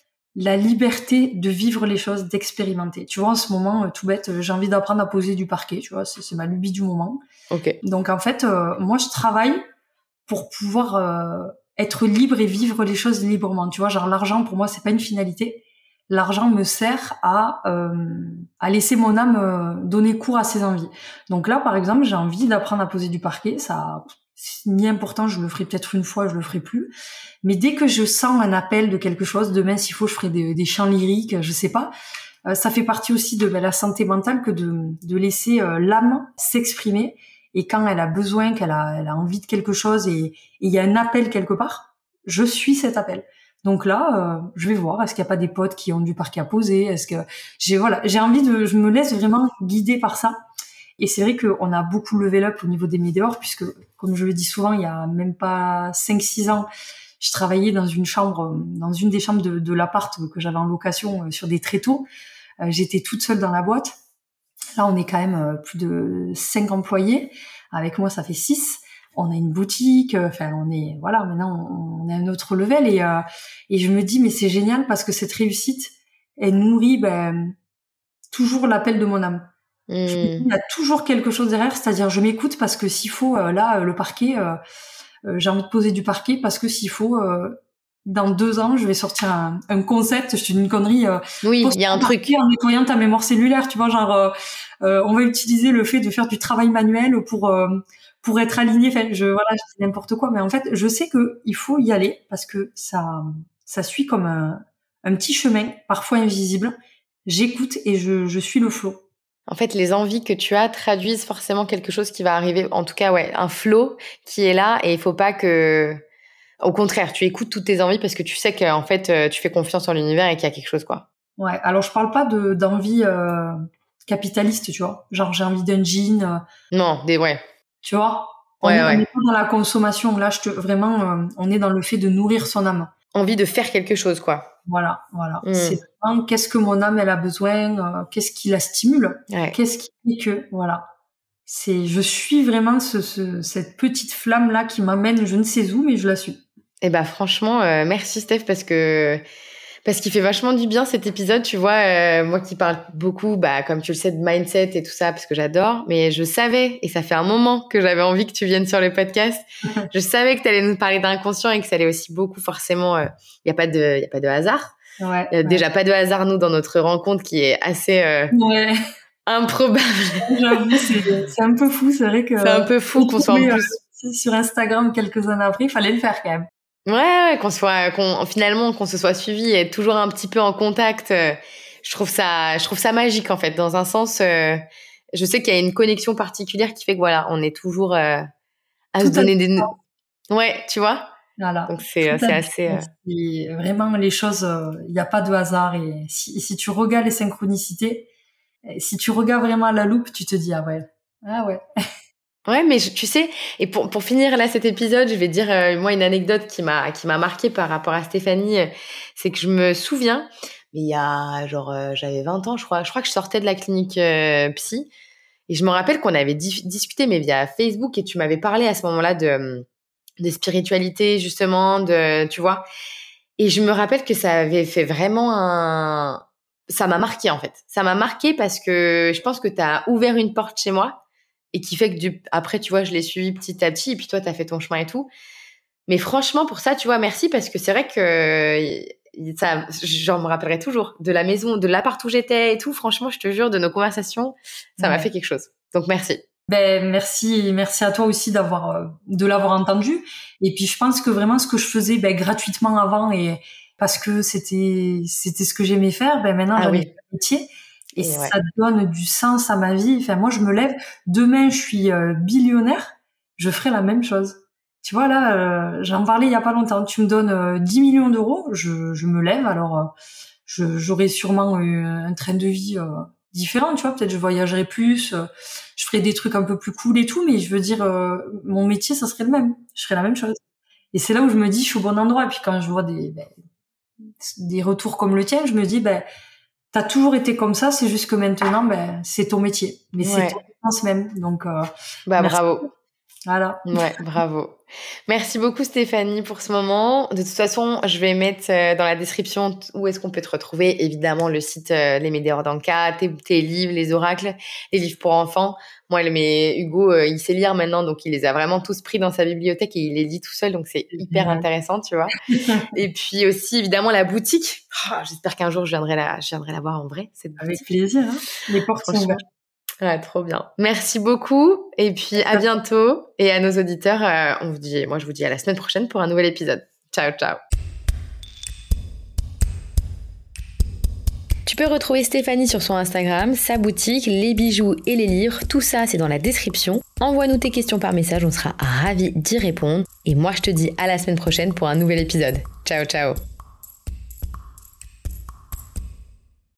B: la liberté de vivre les choses, d'expérimenter. Tu vois, en ce moment, euh, tout bête, euh, j'ai envie d'apprendre à poser du parquet, tu vois, c'est, c'est ma lubie du moment.
A: Ok.
B: Donc en fait, euh, moi, je travaille pour pouvoir euh, être libre et vivre les choses librement. Tu vois, genre l'argent, pour moi, c'est pas une finalité. L'argent me sert à euh, à laisser mon âme euh, donner cours à ses envies. Donc là, par exemple, j'ai envie d'apprendre à poser du parquet. Ça, c'est ni important, je le ferai peut-être une fois, je le ferai plus. Mais dès que je sens un appel de quelque chose, demain, s'il faut, je ferai des, des chants lyriques, je sais pas. Euh, ça fait partie aussi de ben, la santé mentale que de, de laisser euh, l'âme s'exprimer. Et quand elle a besoin, qu'elle a, elle a envie de quelque chose et il y a un appel quelque part, je suis cet appel. Donc là, euh, je vais voir. Est-ce qu'il n'y a pas des potes qui ont du parquet à poser? Est-ce que j'ai voilà, j'ai envie de, je me laisse vraiment guider par ça. Et c'est vrai qu'on a beaucoup level up au niveau des météores, puisque, comme je le dis souvent, il y a même pas cinq six ans, je travaillais dans une chambre, dans une des chambres de, de l'appart que j'avais en location sur des tréteaux. Euh, j'étais toute seule dans la boîte. Là, on est quand même plus de cinq employés. Avec moi, ça fait six. On a une boutique. Enfin, on est voilà. Maintenant, on, on est à un autre level et euh, et je me dis mais c'est génial parce que cette réussite, elle nourrit ben, toujours l'appel de mon âme. Je me dis,
A: Hmm.
B: il y a toujours quelque chose derrière, c'est-à-dire je m'écoute parce que s'il faut euh, là le parquet, euh, euh, j'ai envie de poser du parquet parce que s'il faut euh, dans deux ans, je vais sortir un, un concept, je te dis une connerie, euh,
A: Oui,
B: pose
A: il y a un
B: ton parquet
A: truc.
B: en nettoyant ta mémoire cellulaire, tu vois, genre euh, euh, on va utiliser le fait de faire du travail manuel pour euh, pour être aligné. Enfin, je voilà, je dis n'importe quoi, mais en fait, je sais que il faut y aller parce que ça ça suit comme un, un petit chemin, parfois invisible. J'écoute et je, je suis le flot.
A: En fait, les envies que tu as traduisent forcément quelque chose qui va arriver. En tout cas, ouais, un flow qui est là et il faut pas que, au contraire, tu écoutes toutes tes envies parce que tu sais qu'en fait, euh, tu fais confiance en l'univers et qu'il y a quelque chose, quoi.
B: Ouais, alors je parle pas de d'envie euh, capitaliste, tu vois. Genre j'ai envie d'un jean, euh,
A: Non, des, ouais.
B: tu vois. On
A: Ouais,
B: est on
A: ouais.
B: n'est pas dans la consommation. Là, je te vraiment, euh, on est dans le fait de nourrir son âme.
A: Envie de faire quelque chose, quoi.
B: Voilà, voilà.
A: Hmm.
B: C'est vraiment qu'est-ce que mon âme elle a besoin, euh, qu'est-ce qui la stimule,
A: Ouais.
B: qu'est-ce qui fait que, voilà. C'est, je suis vraiment ce, ce cette petite flamme là qui m'amène, je ne sais où, mais je la suis.
A: Et bah, franchement, euh, merci Steph parce que, parce qu'il fait vachement du bien cet épisode, tu vois, euh, moi qui parle beaucoup, bah, comme tu le sais, de mindset et tout ça, parce que j'adore, mais je savais, et ça fait un moment que j'avais envie que tu viennes sur le podcast, je savais que tu allais nous parler d'inconscient et que ça allait aussi beaucoup, forcément, il euh, y a pas de, y a pas de hasard.
B: Ouais,
A: Euh,
B: ouais.
A: déjà, pas de hasard, nous, dans notre rencontre qui est assez euh,
B: Ouais,
A: improbable.
B: j'avoue, c'est c'est un peu fou, c'est vrai que
A: C'est un peu
B: on
A: fou
B: se
A: qu'on soit en
B: trouvait,
A: plus.
B: euh, sur Instagram quelques années après, il fallait le faire quand même.
A: Ouais, ouais, qu'on soit, qu'on, finalement, qu'on se soit suivi et être toujours un petit peu en contact. euh, je trouve ça, je trouve ça magique, en fait, dans un sens, euh, je sais qu'il y a une connexion particulière qui fait que voilà, on est toujours euh, à se
B: Tout à
A: donner des, ouais, tu vois?
B: Voilà,
A: Donc c'est,
B: tout
A: euh,
B: à
A: c'est assez, euh,
B: et vraiment les choses, il n'y a pas de hasard et si, si tu regardes les synchronicités, et si tu regardes vraiment à la loupe, tu te dis ah ouais, ah ouais.
A: ouais, mais je- tu sais, et pour, pour finir là cet épisode, je vais dire euh, moi une anecdote qui m'a qui m'a marquée par rapport à Stéphanie, euh, c'est que je me souviens, mais il y a genre euh, j'avais vingt ans, je crois, je crois que je sortais de la clinique euh, psy et je me rappelle qu'on avait di- discuté mais via Facebook et tu m'avais parlé à ce moment-là de euh, de spiritualité justement, de tu vois, et je me rappelle que ça avait fait vraiment un ça m'a marqué en fait. Ça m'a marqué parce que je pense que t'as ouvert une porte chez moi et qui fait que du... après, tu vois, je l'ai suivi petit à petit et puis toi, t'as fait ton chemin et tout. Mais franchement, pour ça, tu vois, merci parce que c'est vrai que ça, j'en me rappellerai toujours de la maison, de l'appart où j'étais et tout. Franchement, je te jure, de nos conversations, ça ouais. m'a fait quelque chose. Donc, merci.
B: Ben merci, merci à toi aussi d'avoir euh, de l'avoir entendu. Et puis je pense que vraiment ce que je faisais ben, gratuitement avant et parce que c'était c'était ce que j'aimais faire, ben maintenant ah, j'en oui. ai fait un métier et, et ça ouais. donne du sens à ma vie. Enfin moi je me lève demain, je suis euh, billionnaire, je ferai la même chose. Tu vois là, euh, j'en parlais il y a pas longtemps. Tu me donnes euh, dix millions d'euros, je je me lève alors euh, je j'aurai sûrement eu un train de vie euh, différent, tu vois, peut-être je voyagerai plus, euh, je ferai des trucs un peu plus cool et tout, mais je veux dire, euh, mon métier, ça serait le même, je ferais la même chose. Et c'est là où je me dis, je suis au bon endroit. Et puis quand je vois des ben, des retours comme le tien, je me dis, ben t'as toujours été comme ça, c'est juste que maintenant, ben c'est ton métier, mais ouais. c'est ton sens même. Donc, euh,
A: bah merci. Bravo.
B: Voilà.
A: Ouais, bravo. Merci beaucoup Stéphanie pour ce moment. De toute façon, je vais mettre dans la description où est-ce qu'on peut te retrouver. Évidemment, le site euh, Les Médéors d'Anka, tes, tes livres, les oracles, les livres pour enfants. Moi, mais Hugo, euh, il sait lire maintenant, donc il les a vraiment tous pris dans sa bibliothèque et il les lit tout seul, donc c'est hyper ouais. intéressant, tu vois. Et puis aussi, évidemment, la boutique. Oh, j'espère qu'un jour, je viendrai la, je viendrai la voir en vrai, cette boutique.
B: Avec plaisir, hein. Les portes sont ouvertes.
A: Ouais, trop bien. Merci beaucoup. Et puis, à bientôt. Et à nos auditeurs, euh, on vous dit, moi, je vous dis à la semaine prochaine pour un nouvel épisode. Ciao, ciao. Tu peux retrouver Stéphanie sur son Instagram, sa boutique, les bijoux et les livres. Tout ça, c'est dans la description. Envoie-nous tes questions par message. On sera ravis d'y répondre. Et moi, je te dis à la semaine prochaine pour un nouvel épisode. Ciao, ciao.